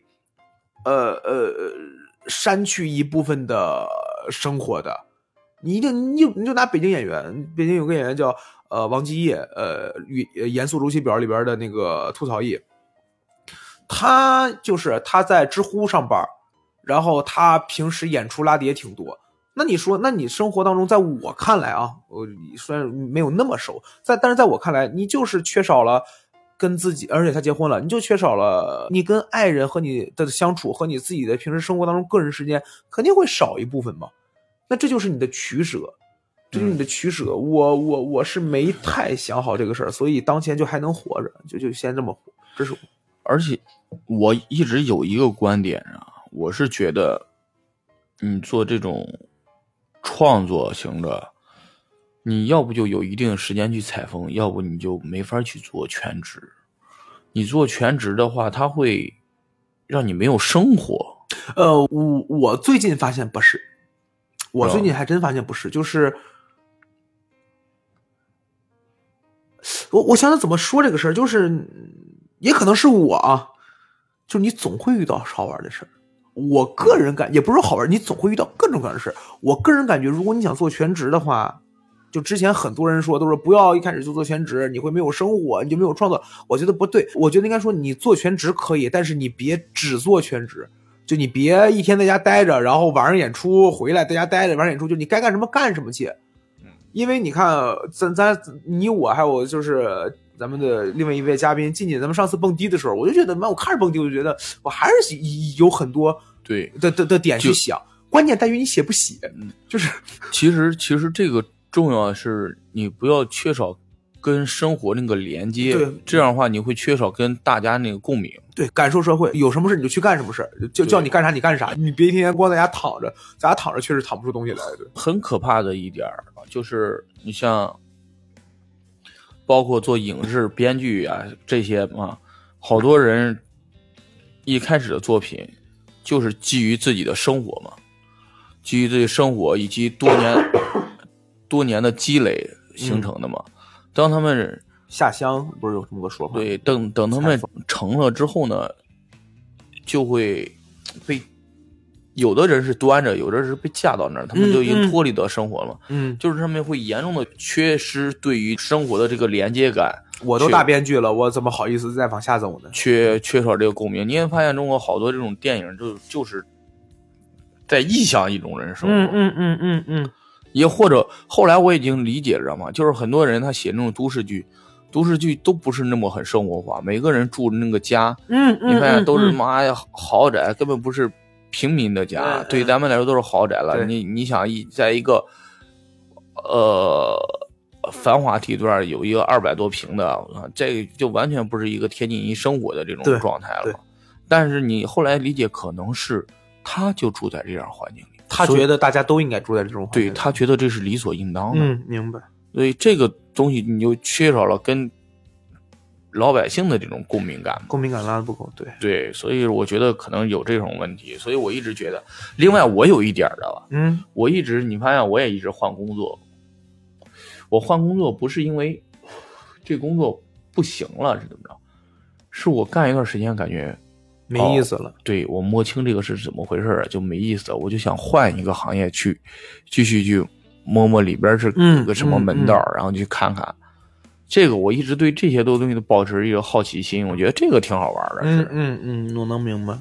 删去一部分的生活的。你就拿北京演员，北京有个演员叫王基业，严肃周期表里边的那个吐槽艺，他在知乎上班，然后他平时演出拉的也挺多。那你说，那你生活当中，在我看来啊，我虽然没有那么熟，但是在我看来，你就是缺少了跟自己，而且他结婚了，你就缺少了你跟爱人和你的相处，和你自己的平时生活当中个人时间肯定会少一部分嘛。那这就是你的取舍，这就是你的取舍。我是没太想好这个事儿，所以当前就还能活着，就先这么活。这是我， 而且我一直有一个观点啊，我是觉得你做这种创作型的，你要不就有一定时间去采风，要不你就没法去做全职。 你做全职的话，它会让你没有生活。 我最近发现不是，我最近还真发现不是，就是我想想怎么说这个事儿，就是也可能是我啊，就是你总会遇到好玩的事儿。我个人感也不是好玩，你总会遇到各种各样的事。我个人感觉，如果你想做全职的话，就之前很多人说都是不要一开始就做全职，你会没有生活，你就没有创造。我觉得不对，我觉得应该说你做全职可以，但是你别只做全职，就你别一天在家待着，然后晚上演出回来在家待着，晚上演出就你该干什么干什么去。因为你看，你我还有就是咱们的另外一位嘉宾静静，咱们上次蹦迪的时候，我就觉得我看着蹦迪，我就觉得我还是有很多对的点去想，关键在于你写不写。就是其实这个重要的是你不要缺少跟生活那个连接， 对， 这样的话你会缺少跟大家那个共鸣。 对，感受社会，有什么事你就去干什么事，就叫你干啥你干啥，你别天天光在家躺着，在家躺着确实躺不出东西来。对， 很可怕的一点就是你像包括做影视编剧啊这些嘛，好多人一开始的作品就是基于自己的生活嘛，基于自己生活以及多年的积累形成的嘛。当他们下乡不是有这么个说法？ 对，等他们成了之后呢，就会被有的人是端着，有的人是被架到那儿，他们就已经脱离到生活了。就是他们会严重的缺失对于生活的这个连接感。 我都大编剧了，我怎么好意思再往下走呢？ 缺少这个共鸣。你也发现中国好多这种电影就是在臆想一种人生活。也或者后来我已经理解了嘛，就是很多人他写那种都市剧都不是那么很生活化，每个人住的那个家，你发现都是妈呀豪宅，根本不是平民的家，对咱们来说都是豪宅了。你想在一个繁华地段有一个200多平的，这就完全不是一个贴近于生活的这种状态了。但是你后来理解，可能是他就住在这样环境里。 他觉得大家都应该住在这种环境里， 对，他觉得这是理所应当的。 明白。 所以这个东西你就缺少了跟老百姓的这种共鸣感， 拉得不够。 对，所以我觉得可能有这种问题。所以我一直觉得，另外我有一点的吧，你发现我也一直换工作。我换工作不是因为这工作不行了是怎么着，是我干一段时间感觉没意思了。 对，我摸清这个是怎么回事就没意思了，我就想换一个行业去继续去摸里边是个什么门道，然后去看看。这个我一直对这些东西都保持一个好奇心，我觉得这个挺好玩的。 我能明白。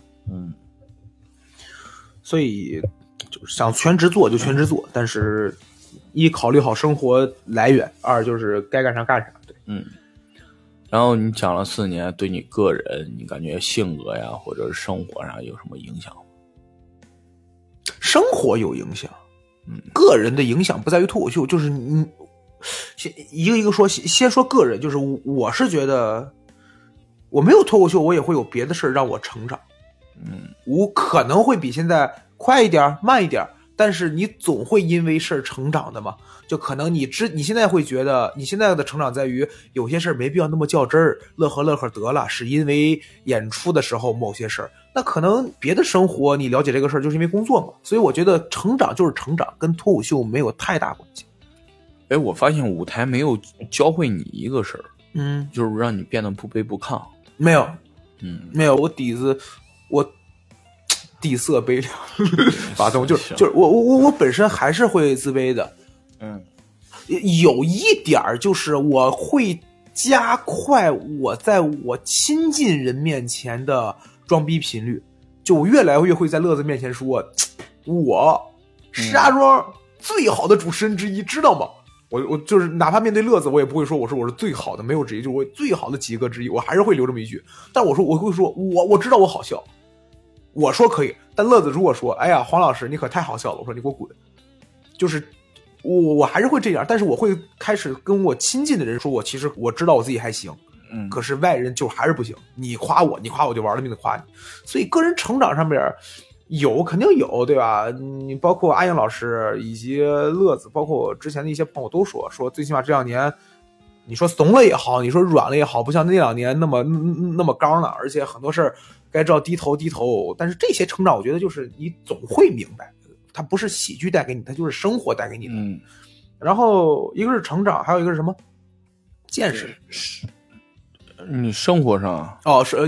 所以就是想全职做就全职做，但是一考虑好生活来源，二就是该干啥干啥。对， 然后你讲了4年，对你个人，你感觉性格呀，或者是生活上有什么影响吗？ 生活有影响，个人的影响不在于脱口秀，就是你一个一个说，先说个人，就是我是觉得我没有脱口秀，我也会有别的事让我成长。我可能会比现在快一点慢一点，但是你总会因为事儿成长的嘛。就可能你现在会觉得你现在的成长在于有些事儿没必要那么较真儿，乐呵得了，是因为演出的时候某些事儿。那可能别的生活你了解这个事儿就是因为工作嘛。所以我觉得成长就是成长，跟脱口秀没有太大关系。 我发现舞台没有教会你一个事儿，就是让你变得不卑不亢。 没有，没有，我底色悲凉，发动就是我本身还是会自卑的，有一点就是我会加快我在我亲近人面前的装逼频率，就我越来越会在乐子面前说，我石家庄最好的主持人之一，知道吗？我就是哪怕面对乐子，我也不会说我是最好的，没有之一，就是我最好的几个之一，我还是会留这么一句。但我会说我知道我好笑，我说可以。但乐子如果说，哎呀，黄老师你可太好笑了，我说你给我滚。就是我还是会这样，但是我会开始跟我亲近的人说，其实我知道我自己还行，可是外人就还是不行。你夸我就玩了命的夸你。所以个人成长上边肯定有，对吧？你包括阿英老师以及乐子，包括我之前的一些朋友都说最起码这2年你说怂了也好，你说软了也好，不像那2年那么刚了，而且很多事儿该知道低头。但是这些成长，我觉得就是你总会明白，它不是喜剧带给你，它就是生活带给你的。然后一个是成长，还有一个是什么？见识。 你生活上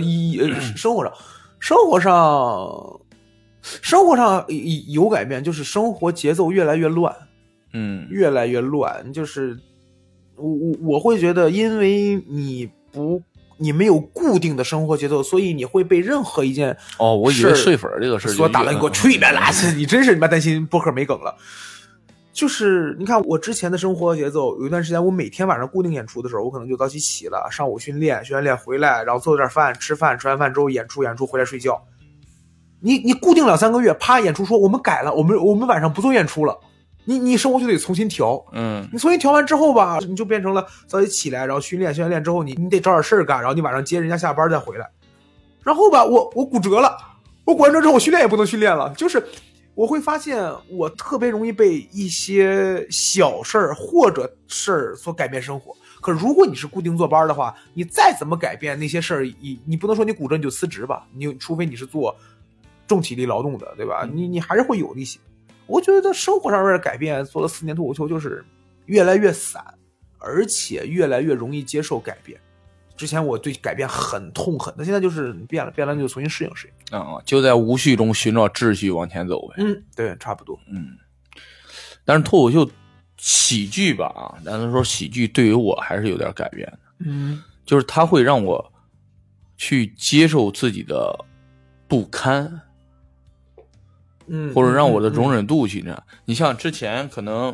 生活上有改变，就是生活节奏越来越乱，越来越乱。就是我会觉得，因为你没有固定的生活节奏，所以你会被任何一件我以为碎粉这个事所打了，你给我去一边拉去！你真是你妈担心播客没梗了。就是你看我之前的生活节奏，有一段时间我每天晚上固定演出的时候，我可能就早起起了，上午训练回来，然后做点饭，吃完饭之后演出回来睡觉。你固定2-3个月，啪，演出说我们改了，我们晚上不做演出了，你生活就得重新调。你重新调完之后吧，你就变成了早起起来，然后训练之后，你得找点事儿干，然后你晚上接人家下班再回来。然后吧，我骨折了，我骨完折之后我训练也不能训练了，就是我会发现我特别容易被一些小事儿或者事儿所改变生活。可如果你是固定坐班的话，你再怎么改变那些事儿，你不能说你骨折你就辞职吧，除非你是做重体力劳动的，对吧？你还是会有一些。我觉得生活上面的改变，做了4年脱口秀，就是越来越散，而且越来越容易接受改变。之前我对改变很痛恨，那现在就是变了就重新适应。 就在无序中寻找秩序往前走呗。 对，差不多。 但是脱口秀喜剧吧，咱们说喜剧对于我还是有点改变的。就是它会让我去接受自己的不堪。或者让我的容忍度去这样。你像之前可能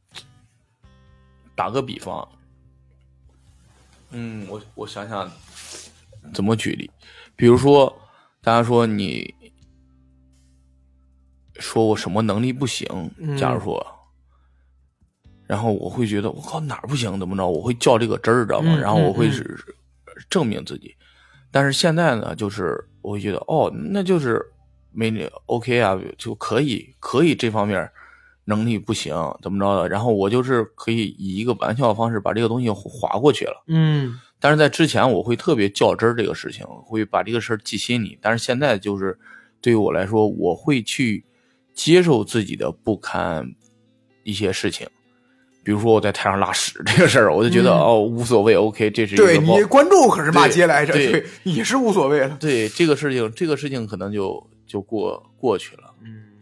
打个比方，我想想怎么举例，比如说大家说你说我什么能力不行，假如说，然后我会觉得我靠哪儿不行怎么着，我会较这个真儿，知道吗？然后我会是证明自己。但是现在呢，就是我会觉得那就是没你 OK 啊，就可以这方面能力不行怎么着的，然后我就是可以以一个玩笑的方式把这个东西划过去了。但是在之前我会特别较真儿这个事情，会把这个事儿记心里。但是现在就是对于我来说，我会去接受自己的不堪一些事情。比如说我在台上拉屎这个事儿，我就觉得无所谓 OK， 这是一个对你观众可是骂街来着，对你是无所谓了。 对这个事情可能就过去了。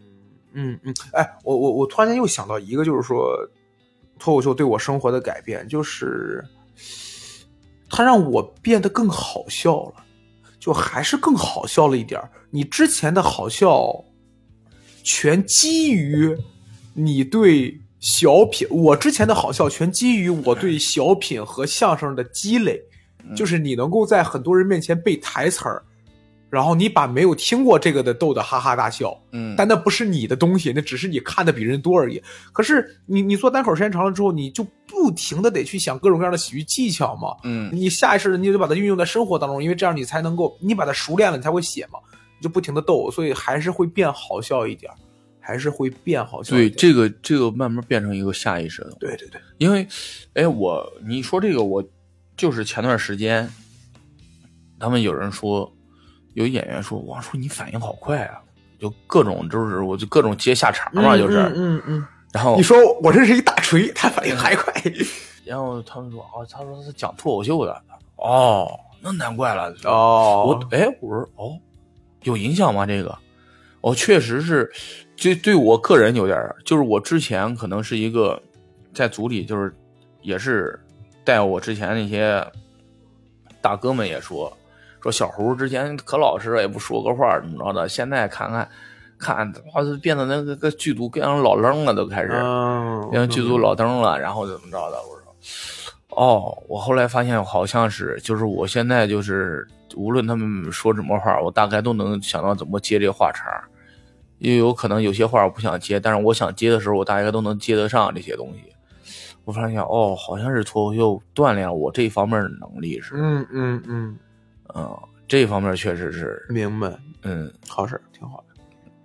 我突然间又想到一个，就是说脱口秀对我生活的改变，就是它让我变得更好笑了，就还是更好笑了一点。你之前的好笑全基于你对小品，我之前的好笑全基于我对小品和相声的积累，就是你能够在很多人面前背台词儿，然后你把没有听过这个的逗得哈哈大笑，但那不是你的东西，那只是你看的比人多而已。可是你做单口时间长了之后，你就不停的得去想各种各样的喜剧技巧嘛，你下意识的你就把它运用在生活当中，因为这样你才能够，你把它熟练了，你才会写嘛，你就不停的逗，所以还是会变好笑一点。对， 这个慢慢变成一个下意识的。 对， 因为你说这个，我就是前段时间他们有人说，有演员说，哇，说你反应好快啊，就各种就是我就各种接下茬嘛，就是然后你说我这是一大锤，他反应还快。 然后他们说他说他讲脱口秀的，那难怪了。我说有影响吗？这个确实是，这对我个人有点，就是我之前可能是一个在组里，就是也是带我之前那些大哥们也说小胡之前可老实了，也不说个话怎么着的，现在看变得那个剧组变成老扔了，都开始变成剧组老登了，然后怎么着的？我说我后来发现好像是，就是我现在就是无论他们说什么话，我大概都能想到怎么接这个话茬。也有可能有些话我不想接，但是我想接的时候，我大概都能接得上这些东西。我发现好像是脱口秀锻炼我这方面的能力是。这方面确实是明白。好事，挺好的。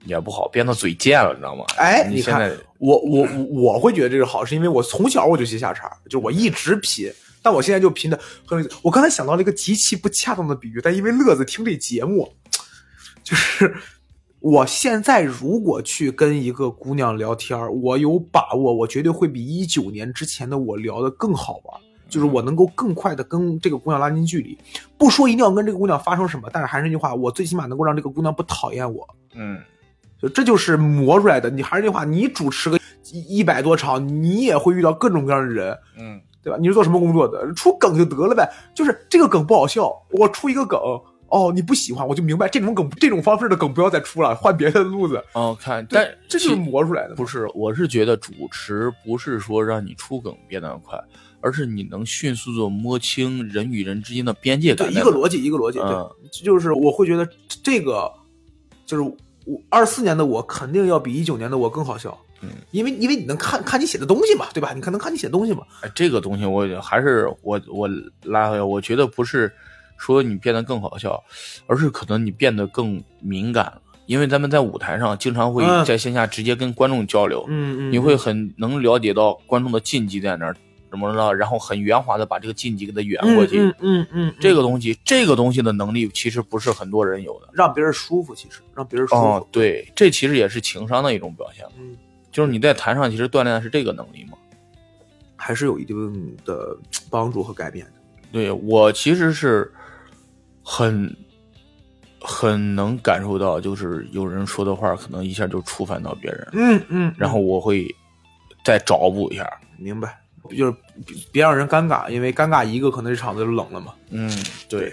也不好，变得嘴贱了，你知道吗？ 哎， 你看我会觉得这个好，是因为我从小我就接下茬，就我一直拼，但我现在就拼的很。我刚才想到了一个极其不恰当的比喻，但因为乐子听这节目，就是我现在如果去跟一个姑娘聊天，我有把握，我绝对会比19年之前的我聊得更好玩。就是我能够更快的跟这个姑娘拉近距离，不说一定要跟这个姑娘发生什么，但是还是那句话，我最起码能够让这个姑娘不讨厌我。这就是磨出来的。你还是那句话，你主持个100多场，你也会遇到各种各样的人，对吧？你是做什么工作的？出梗就得了呗，就是这个梗不好笑，我出一个梗，你不喜欢，我就明白这种梗，这种方式的梗不要再出了，换别的路子。 看，但这就是磨出来的。 不是，我是觉得主持不是说让你出梗变得快，而是你能迅速的摸清人与人之间的边界感。 对，一个逻辑。对，就是我会觉得这个就是24年的我肯定要比19年的我更好笑。因为你能看你写的东西嘛，对吧？你能看你写的东西嘛。 这个东西我还是我拉回来，我觉得不是说你变得更好笑，而是可能你变得更敏感了。因为咱们在舞台上经常会在线下直接跟观众交流，你会很能了解到观众的禁忌在哪儿，怎么着，然后很圆滑的把这个禁忌给它圆过去。这个东西的能力其实不是很多人有的， 让别人舒服，其实让别人舒服。 对，这其实也是情商的一种表现。就是你在台上其实锻炼的是这个能力嘛， 还是有一定的帮助和改变的。 对，我其实是很能感受到，就是有人说的话可能一下就触犯到别人，然后我会再找补一下。 明白，就是别让人尴尬，因为尴尬一个可能这场子就冷了嘛。 对。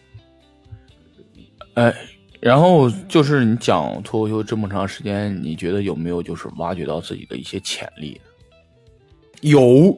然后就是你讲脱口秀这么长时间，你觉得有没有就是挖掘到自己的一些潜力？ 有，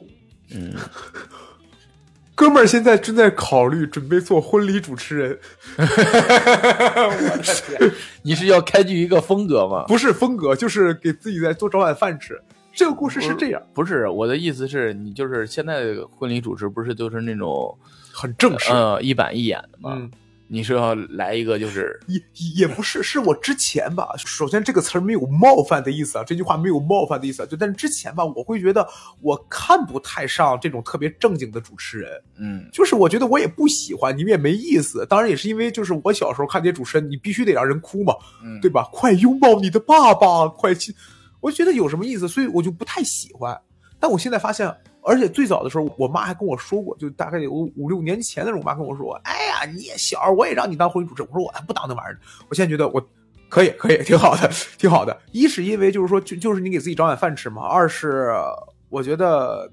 哥们儿现在正在考虑准备做婚礼主持人。 我的天，你是要开具一个风格吗？ 不是风格，就是给自己在多找碗饭吃。这个故事是这样， 不是我的意思是你就是现在的婚礼主持不是都是那种很正式， 一板一眼的吗？你是要来一个就是也不是，是我之前吧。首先这个词儿没有冒犯的意思啊，这句话没有冒犯的意思啊。就但是之前吧，我会觉得我看不太上这种特别正经的主持人。就是我觉得我也不喜欢，你们也没意思。当然也是因为就是我小时候看这些主持人，你必须得让人哭嘛，对吧？快拥抱你的爸爸，快亲，我觉得有什么意思，所以我就不太喜欢。但我现在发现。而且最早的时候，我妈还跟我说过，就大概有5、6年前的时候，我妈跟我说：“哎呀，你也小，我也让你当婚礼主持。”我说：“我还不当那玩意儿。”我现在觉得我可以，挺好的，挺好的。一是因为就是说，就是你给自己找碗饭吃嘛；二是我觉得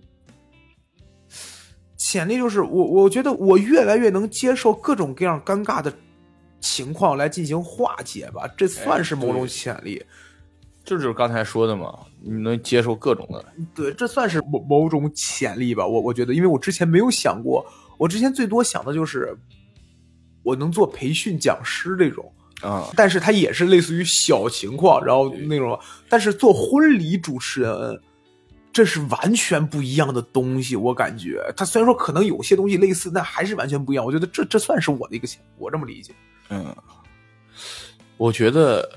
潜力就是我觉得我越来越能接受各种各样尴尬的情况来进行化解吧，这算是某种潜力。 这就是刚才说的嘛，你能接受各种的， 对，这算是某种潜力吧。我觉得，因为我之前没有想过，我之前最多想的就是我能做培训讲师这种但是它也是类似于小情况，然后那种，但是做婚礼主持人，这是完全不一样的东西。我感觉它虽然说可能有些东西类似，但还是完全不一样。我觉得这算是我的一个潜力，我这么理解。 我觉得。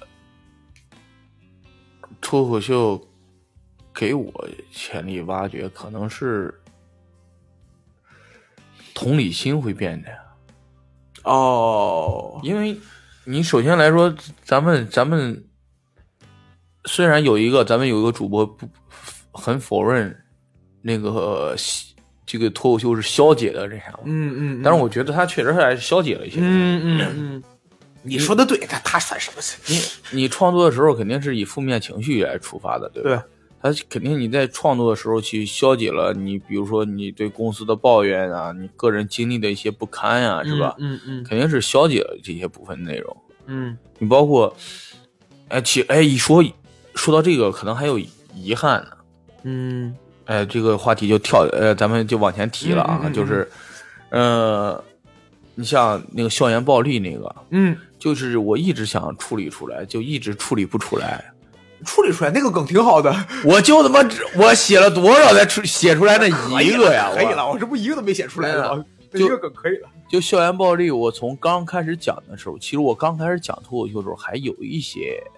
脱口秀给我潜力挖掘，可能是同理心会变的。因为你首先来说，咱们虽然咱们有一个主播不很否认那个这个脱口秀是消解的这样，但是我觉得他确实还是消解了一些。 你说的对，他算什么？ 你创作的时候肯定是以负面情绪来出发的，对吧？ 对， 他肯定你在创作的时候去消解了你，比如说你对公司的抱怨啊，你个人经历的一些不堪啊，是吧？肯定是消解了这些部分内容。你包括，一说到这个，可能还有遗憾呢。这个话题就咱们就往前提了啊，就是，你像那个校园暴力那个，就是我一直想处理出来，就一直处理不出来。 处理出来那个梗挺好的， 我就他妈我写了多少才写出来那一个呀？ 可以了，我这不一个都没写出来吗？一个梗可以了。 就校园暴力，我从刚开始讲的时候，其实我刚开始讲脱口秀的时候还有一些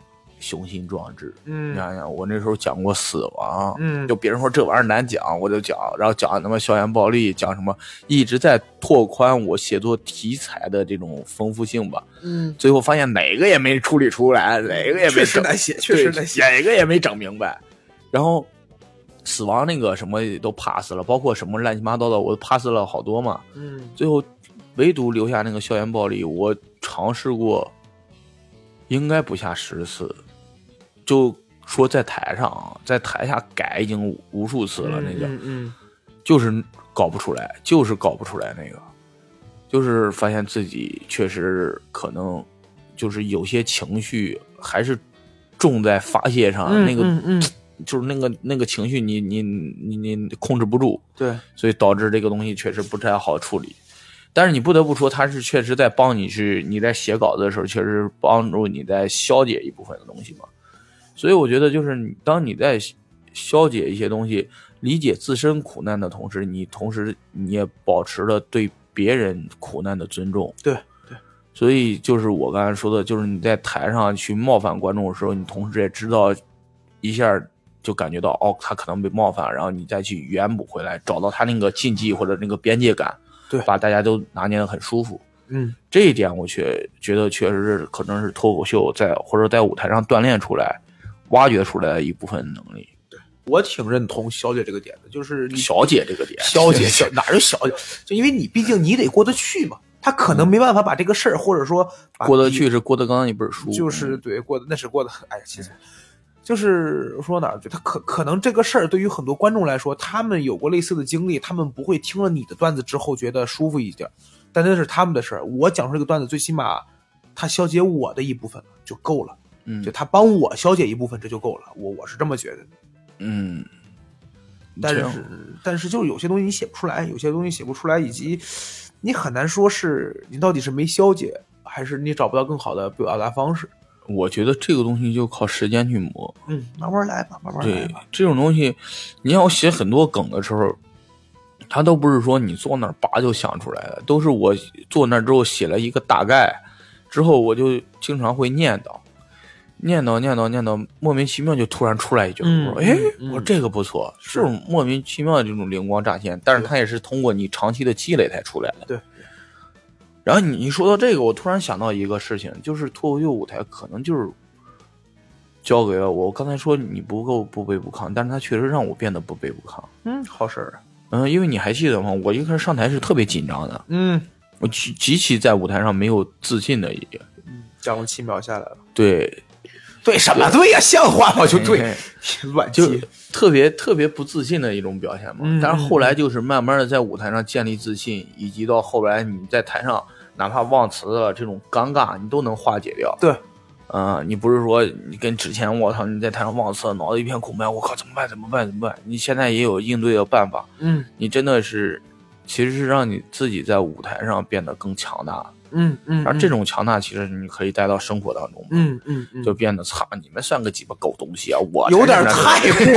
雄心壮志。 你想想，我那时候讲过死亡，就别人说这玩意儿难讲，我就讲，然后讲什么校园暴力，讲什么，一直在拓宽我写作题材的这种丰富性吧。最后发现哪个也没处理出来，哪个也没确实难写，确实难写， 哪个也没整明白。然后死亡那个什么都 pass 了，包括什么乱七八糟的，我都 pass 了好多嘛。最后唯独留下那个校园暴力，我尝试过，应该不下10次，就说在台上，在台下改已经无数次了，那个，就是搞不出来，就是搞不出来那个，就是发现自己确实可能就是有些情绪还是重在发泄上，那个就是那个情绪你控制不住， 对， 所以导致这个东西确实不太好处理。但是你不得不说，它是确实在帮你你在写稿子的时候，确实帮助你在消解一部分的东西嘛。所以我觉得，就是当你在消解一些东西，理解自身苦难的同时，你也保持了对别人苦难的尊重。 对。 所以就是我刚才说的，就是你在台上去冒犯观众的时候，你同时也知道一下就感觉到他可能被冒犯，然后你再去圆补回来，找到他那个禁忌或者那个边界感。 对， 把大家都拿捏得很舒服。这一点我觉得确实是可能是脱口秀或者在舞台上锻炼出来、挖掘出来的一部分能力。 对，我挺认同小姐这个点的，就是小姐这个点， 小姐哪有小姐？就因为你毕竟你得过得去嘛，他可能没办法把这个事儿，或者说过得去是郭德纲一本书， 就是对过的那是过得很其实。就是说哪儿，就他可能这个事儿对于很多观众来说，他们有过类似的经历，他们不会听了你的段子之后觉得舒服一点，但那是他们的事儿。我讲出这个段子，最起码他消解我的一部分就够了，就他帮我消解一部分，这就够了。我是这么觉得的。但是就有些东西你写不出来，有些东西写不出来，以及你很难说是你到底是没消解，还是你找不到更好的表达方式。 我觉得这个东西就靠时间去磨， 慢慢来吧，慢慢来吧。 对，这种东西，你要写很多梗的时候，它都不是说你坐那儿叭就想出来的，都是我坐那儿之后写了一个大概，之后我就经常会念叨，莫名其妙就突然出来一句，我说这个不错，这种莫名其妙的这种灵光乍现，但是它也是通过你长期的积累才出来的。 对。 然后你说到这个，我突然想到一个事情，就是脱口秀舞台可能就是教给了我。刚才说你不够不卑不亢，但是它确实让我变得不卑不亢。 好事儿。 因为你还记得吗？我一开始上台是特别紧张的。我极其在舞台上没有自信的一个。 讲了7秒下来了。 对什么对呀？像话吗？就对，乱就特别不自信的一种表现嘛。但是后来就是慢慢的在舞台上建立自信，以及到后来你在台上哪怕忘词了这种尴尬，你都能化解掉。 对， 你不是说你跟之前我操你在台上忘词了，脑子一片空白，我靠怎么办？你现在也有应对的办法。你真的是其实是让你自己在舞台上变得更强大。而这种强大其实你可以带到生活当中。就变得操你们算个鸡巴狗东西啊！我有点太过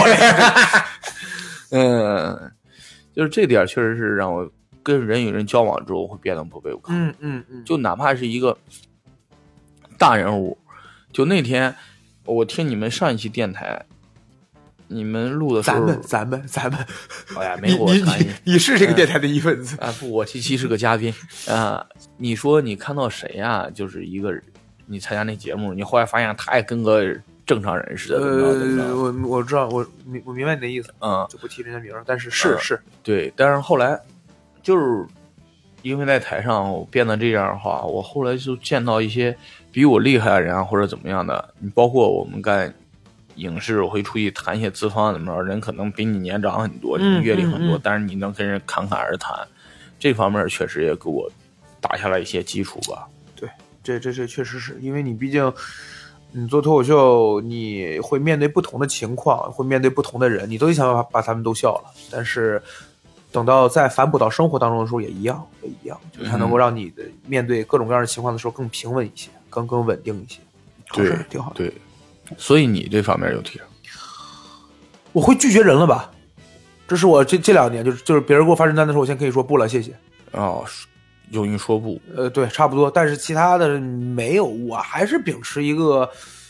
了。就是这点确实是让我跟人与人交往之后会变得不卑不亢。就哪怕是一个大人物，就那天我听你们上一期电台，你们录的时候， 咱们， 哎呀，没我参与。 你是这个电台的一份子不，我其实是个嘉宾你说你看到谁呀？就是一个你参加那节目，你后来发现他也跟个正常人似的。 我知道，我明白你的意思。就不提人家名，但是是对，但是后来就是因为在台上我变得这样的话，我后来就见到一些比我厉害的人或者怎么样的，你包括我们干影视，我会出去谈一些资方怎么着，人可能比你年长很多，你阅历很多，但是你能跟人侃侃而谈，这方面确实也给我打下了一些基础吧。 对，这确实是因为你毕竟你做脱口秀，你会面对不同的情况，会面对不同的人，你都想办法把他们都笑了，但是等到再反哺到生活当中的时候也一样，就它能够让你的面对各种各样的情况的时候更平稳一些，更稳定一些。 对， 挺好的。 对，所以你这方面有提升。 我会拒绝人了吧？这是我这2年就是别人给我发传单的时候，我先可以说不了，谢谢。 勇于说不。 对，差不多。但是其他的没有，我还是秉持一个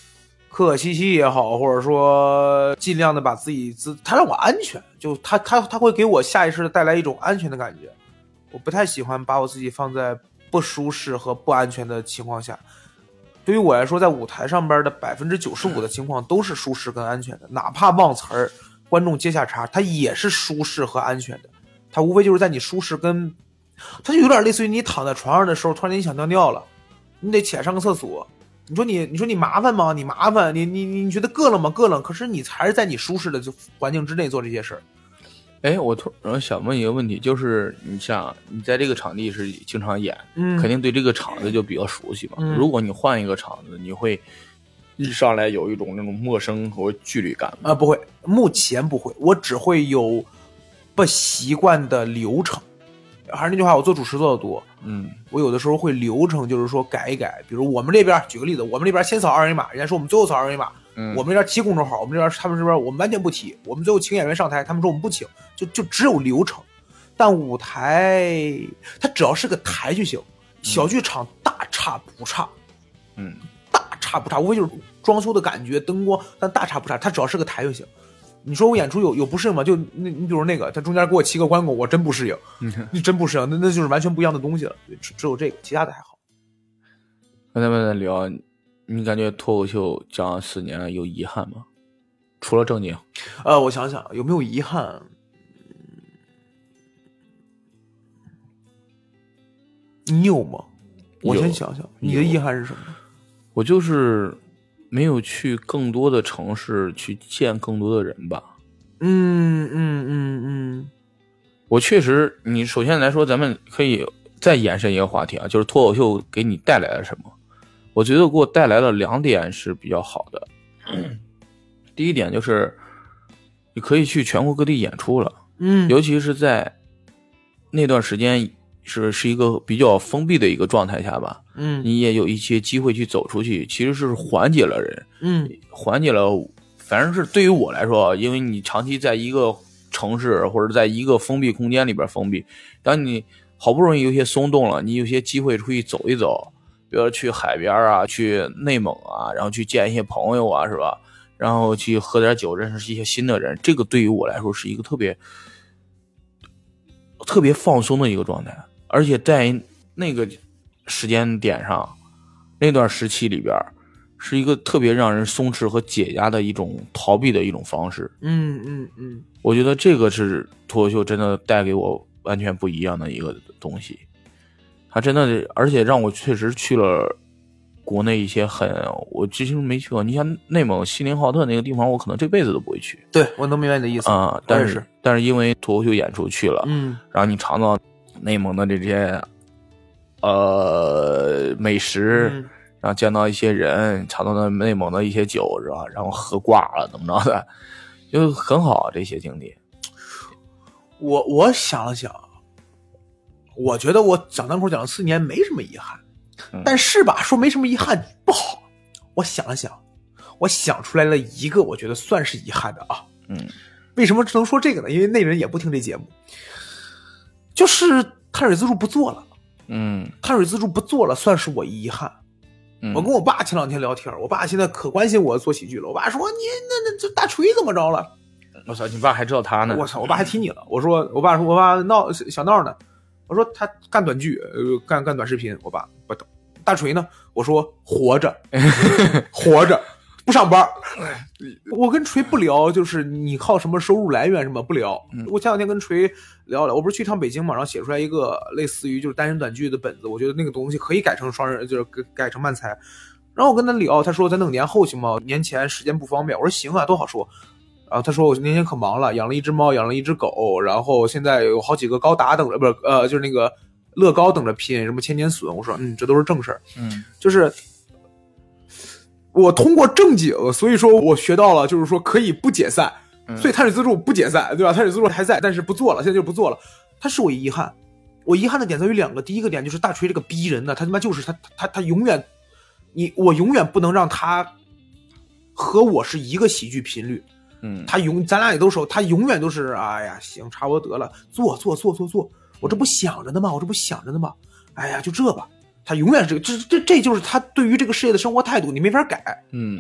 客客气气也好，或者说尽量的把自己他让我安全，就他会给我下意识的带来一种安全的感觉。我不太喜欢把我自己放在不舒适和不安全的情况下。对于我来说，在舞台上边的95%的情况都是舒适跟安全的，哪怕忘词儿，观众接下茬，它也是舒适和安全的。它无非就是在你舒适跟，它就有点类似于你躺在床上的时候，突然间想尿尿了，你得起来上个厕所。你说你麻烦吗？你麻烦，你觉得膈冷吗？膈冷，可是你还是在你舒适的环境之内做这些事儿。 哎，我突然想问一个问题，就是你像你在这个场地是经常演，肯定对这个场子就比较熟悉嘛。如果你换一个场子，你会一上来有一种那种陌生和距离感吗？ 不会，目前不会，我只会有不习惯的流程。还是那句话，我做主持做的多，我有的时候会流程就是说改一改，比如我们这边举个例子，我们这边先扫二维码，人家说我们最后扫二维码，我们这边提公众号，我们这边他们这边我们完全不提，我们最后请演员上台，他们说我们不请，就只有流程。但舞台它只要是个台就行，小剧场大差不差，大差不差，无非就是装修的感觉、灯光，但大差不差，它只要是个台就行。你说我演出有不适应吗？就你比如那个，他中间给我骑个关公，我真不适应，你真不适应，那就是完全不一样的东西了。只有这个，其他的还好。 跟他们聊，你感觉脱口秀讲了4年了，有遗憾吗？除了正经， 我想想有没有遗憾。你有吗？我先想想，你的遗憾是什么？ 我就是没有去更多的城市去见更多的人吧。我确实，你首先来说，咱们可以再延伸一个话题啊，就是脱口秀给你带来了什么？我觉得给我带来了2点是比较好的。第一点就是你可以去全国各地演出了，尤其是在那段时间是一个比较封闭的一个状态下吧，你也有一些机会去走出去，其实是缓解了人，缓解了，反正是对于我来说，因为你长期在一个城市或者在一个封闭空间里边封闭，当你好不容易有些松动了，你有些机会出去走一走，比如去海边啊，去内蒙啊，然后去见一些朋友啊，是吧？然后去喝点酒，认识一些新的人，这个对于我来说是一个特别放松的一个状态。而且在那个时间点上，那段时期里边，是一个特别让人松弛和解压的一种逃避的一种方式。我觉得这个是脱口秀真的带给我完全不一样的一个东西。它真的，而且让我确实去了国内一些我之前没去过。你像内蒙锡林浩特那个地方，我可能这辈子都不会去。 对，我能明白你的意思啊，但是因为脱口秀演出去了，然后你尝到内蒙的这些美食，然后见到一些人，尝到那内蒙的一些酒，是吧？然后喝挂了怎么着的，就很好这些经历。 我想了想，我觉得我讲单口讲了4年没什么遗憾，但是吧，说没什么遗憾不好。我想了想，我想出来了一个我觉得算是遗憾的啊。为什么只能说这个呢？因为那人也不听这节目。就是碳水自助不做了，碳水自助不做了，算是我遗憾。我跟我爸前2天聊天，我爸现在可关心我做喜剧了。我爸说：“你那这大锤怎么着了？” 我操，你爸还知道他呢？ 我操，我爸还提你了。我爸说，我爸小闹呢。我说他干短剧，干短视频。我爸不懂。大锤呢？我说活着，活着。不上班，我跟锤不聊，就是你靠什么收入来源什么不聊。我前2天跟锤聊了，我不是去趟北京嘛，然后写出来一个类似于就是单人短剧的本子，我觉得那个东西可以改成双人，就是改成漫才。然后我跟他聊，他说咱等年后行吗？年前时间不方便。我说行啊，多好说。然后他说我年前可忙了，养了1只猫，养了1只狗，然后现在有好几个高达等着，不是就是那个乐高等着拼，什么千年隼。我说这都是正事儿，就是我通过正经，所以说我学到了，就是说可以不解散，所以碳水自助不解散，对吧？碳水自助还在，但是不做了，现在就不做了。它是我遗憾，我遗憾的点在于2个，第一个点就是大锤这个逼人的，他他妈就是他永远，我永远不能让他和我是一个喜剧频率。咱俩也都熟，他永远都是哎呀行，差不多得了，做，我这不想着呢吗？哎呀，就这吧。他永远是这就是他对于这个世界的生活态度，你没法改。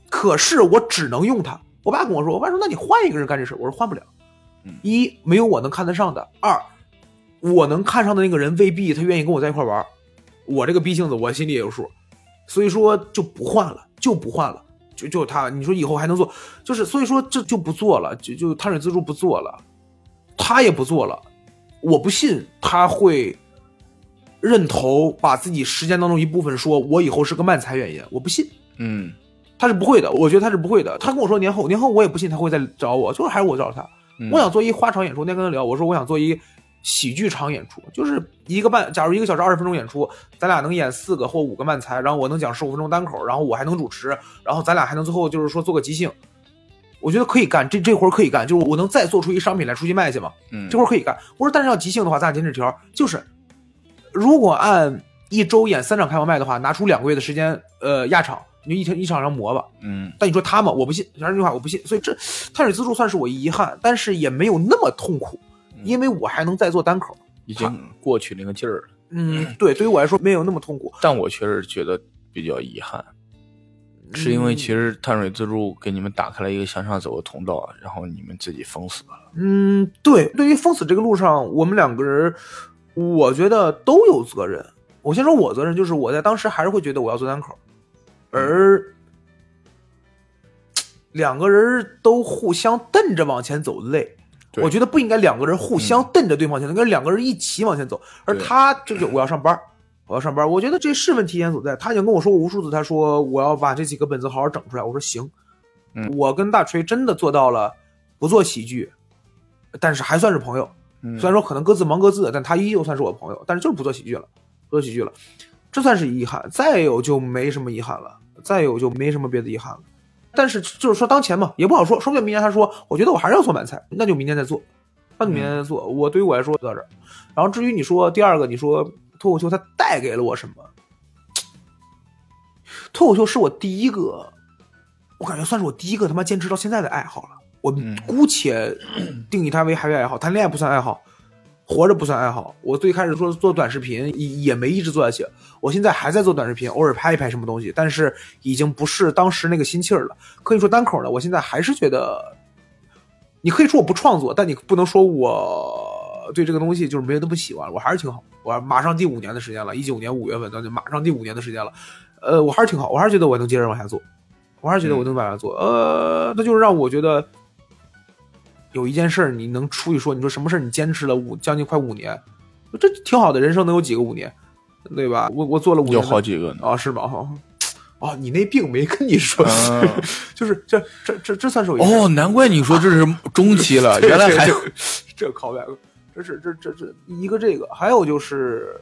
可是我只能用它。我爸跟我说，我爸说那你换一个人干这事，我说换不了。一没有我能看得上的，二我能看上的那个人未必他愿意跟我在一块玩，我这个逼性子我心里也有数，所以说就不换了，就他，你说以后还能做，就是所以说这就不做了，就碳水自助不做了，他也不做了，我不信他会认头把自己时间当中一部分说我以后是个漫才演员，我不信，他是不会的，我觉得他是不会的。他跟我说年后我也不信他会再找我，就是还是我找他，我想做一花场演出，那天跟他聊，我说我想做一喜剧场演出，就是假如1个小时20分钟演出，咱俩能演4个或5个漫才，然后我能讲15分钟单口，然后我还能主持，然后咱俩还能最后就是说做个即兴，我觉得可以干，这活可以干，就是我能再做出一商品来出去卖去嘛，这活可以干。我说但是要即兴的话，咱俩坚持条就是如果按1周演3场开放麦的话，拿出2个月的时间压场，你就一场上磨吧，但你说他们我不信，讲这句话我不信，所以这碳水自助算是我遗憾，但是也没有那么痛苦，因为我还能再做单口， 已经过去那个劲儿了。 对于我来说没有那么痛苦， 但我确实觉得比较遗憾，是因为其实碳水自助给你们打开了一个向上走的通道，然后你们自己封死了。 对于封死这个路上，我们2个人我觉得都有责任。我先说我责任，就是我在当时还是会觉得我要做单口，而2个人都互相瞪着往前走累，我觉得不应该2个人互相瞪着对方往前走，应该2个人一起往前走。而他就是我要上班，我觉得这是问题点所在。他已经跟我说过无数次，他说我要把这几个本子好好整出来。我说行，我跟大锤真的做到了不做喜剧，但是还算是朋友。虽然说可能各自忙各自的，但他依旧算是我朋友，但是就是不做喜剧了，这算是遗憾。再有就没什么遗憾了，再有就没什么别的遗憾了。但是就是说当前嘛，也不好说，说不定明年他说我觉得我还是要做漫才，那就明年再做，我对于我来说到这儿。然后至于你说第二个，你说脱口秀它带给了我什么？脱口秀是我第一个，我感觉算是我第一个他妈坚持到现在的爱好了。我姑且定义它为还是爱好，谈恋爱不算爱好，活着不算爱好。我最开始说做短视频也没一直做下去，我现在还在做短视频，偶尔拍一拍什么东西，但是已经不是当时那个心气儿了。可以说单口呢，我现在还是觉得，你可以说我不创作，但你不能说我对这个东西就是没有那么喜欢，我还是挺好。我马上第5年的时间了，19年5月份，就马上第5年的时间了，我还是挺好，我还是觉得我能接着往下做，那就是让我觉得。有一件事你能出去说，你说什么事你坚持了将近快5年，这挺好的，人生能有几个5年，对吧？我做了5年， 有好几个呢。 啊，是吗？你那病没跟你说，就是这算是我难怪你说这是中期了，原来还有这考外，这一个这个，还有就是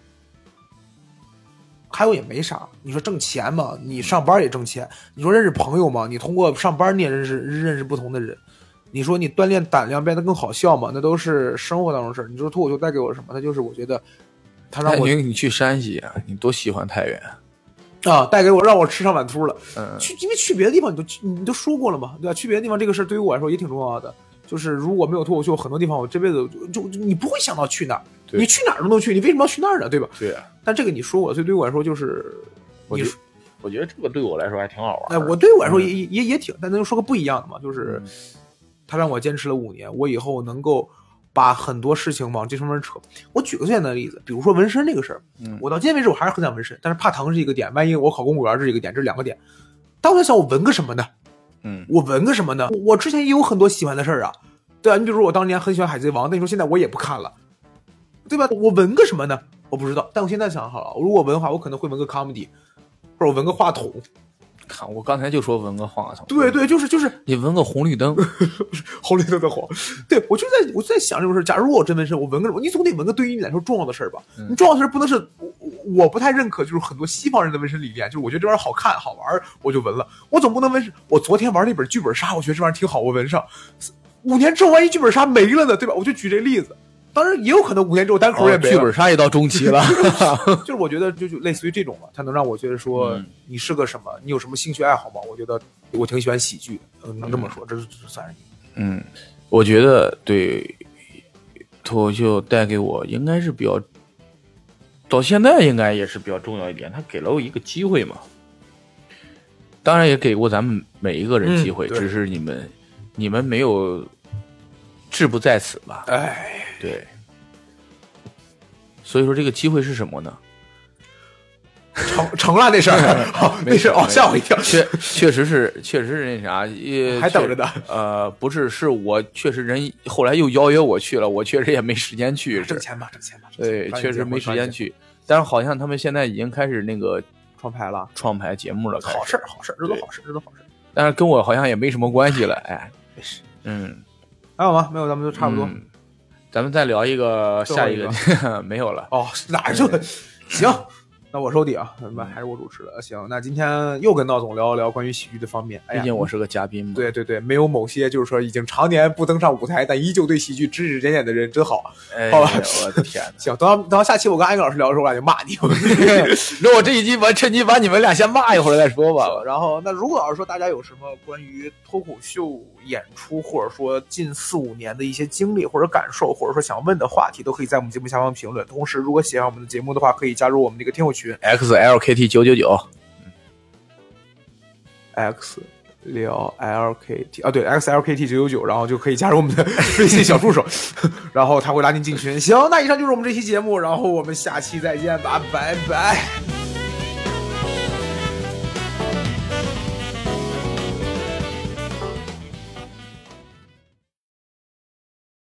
还有也没啥，你说挣钱嘛，你上班也挣钱，你说认识朋友嘛，你通过上班你也认识不同的人。你说你锻炼胆量变得更好笑嘛？那都是生活当中的事。你说脱口秀带给我什么？那就是我觉得，他让我你去山西啊，你多喜欢太原啊，带给我让我吃上碗秃了。因为去别的地方你都说过了嘛，对吧？去别的地方这个事对于我来说也挺重要的。就是如果没有脱口秀，很多地方我这辈子就你不会想到去哪儿，你去哪儿都能去，你为什么要去那儿呢？对吧？ 对啊。 但这个你说过，所以对于我来说就是， 我觉得这个对我来说还挺好玩。 我对于我来说也挺，但咱就说个不一样的嘛，就是。他让我坚持了5年，我以后能够把很多事情往这上面扯。我举个最简单的例子，比如说纹身这个事儿，我到今天为止我还是很想纹身，但是怕疼是一个点，万一我考公务员是一个点，这是2个点。但我在想，我纹个什么呢？我纹个什么呢？我之前也有很多喜欢的事儿啊，对啊，你比如说我当年很喜欢海贼王，但你说现在我也不看了，对吧？我纹个什么呢？我不知道，但我现在想好了，如果纹的话，我可能会纹个 comedy， 或者我纹个话筒。 看，我刚才就说纹个话筒。 对，就是你纹个红绿灯， 红绿灯的黄。对，我就在想这种事。假如我真纹身，我纹个什么？你总得纹个对于你来说重要的事儿吧？你重要的事不能是我不太认可，就是很多西方人的纹身理念，就是我觉得这玩意儿好看好玩，我就纹了。我总不能纹身。我昨天玩那本剧本杀，我觉得这玩意儿挺好，我纹上。5年之后，万一剧本杀没了呢？对吧？我就举这个例子。当然也有可能5年之后单口也没了， 剧本杀也到中期了。 就是我觉得就类似于这种嘛，它能让我觉得说你是个什么，你有什么兴趣爱好吗？我觉得我挺喜欢喜剧的，能这么说，这算是你。我觉得对脱口秀带给我应该是比较，到现在应该也是比较重要一点，它给了我一个机会嘛。 当然也给过咱们每一个人机会， 只是你们没有志不在此吧？ 哎， 对。所以说这个机会是什么呢？ 成了那事儿，那事儿吓我一跳。 确实是那啥， 还等着呢。 不是，是我确实人后来又邀约我去了，我确实也没时间去。 挣钱吧。 对，确实没时间去。但是好像他们现在已经开始那个创牌节目了。 好事，这都好事。 但是跟我好像也没什么关系了，哎， 没事。 还有吗？没有，咱们就差不多。 咱们再聊一个下一个，没有了。 哦，哪就行。那我收底啊，还是我主持了。行，那今天又跟闹总聊一聊关于喜剧的方面。 毕竟我是个嘉宾嘛。 对，没有某些就是说已经常年不登上舞台，但依旧对喜剧指指点点的人真好。好吧， 我的天！ 行，等到下期我跟安哥老师聊的时候，我俩就骂你。 那我这一集趁机把你们俩先骂一会儿再说吧。 然后，那如果要是说大家有什么关于脱口秀演出，或者说近4-5年的一些经历或者感受，或者说想问的话题，都可以在我们节目下方评论。同时，如果喜欢我们的节目的话，可以加入我们那个听友群 XLKT999。 XLKT 啊，对 ，XLKT999，然后就可以加入我们的微信小助手，然后他会拉您进群。行，那以上就是我们这期节目，然后我们下期再见吧，拜拜。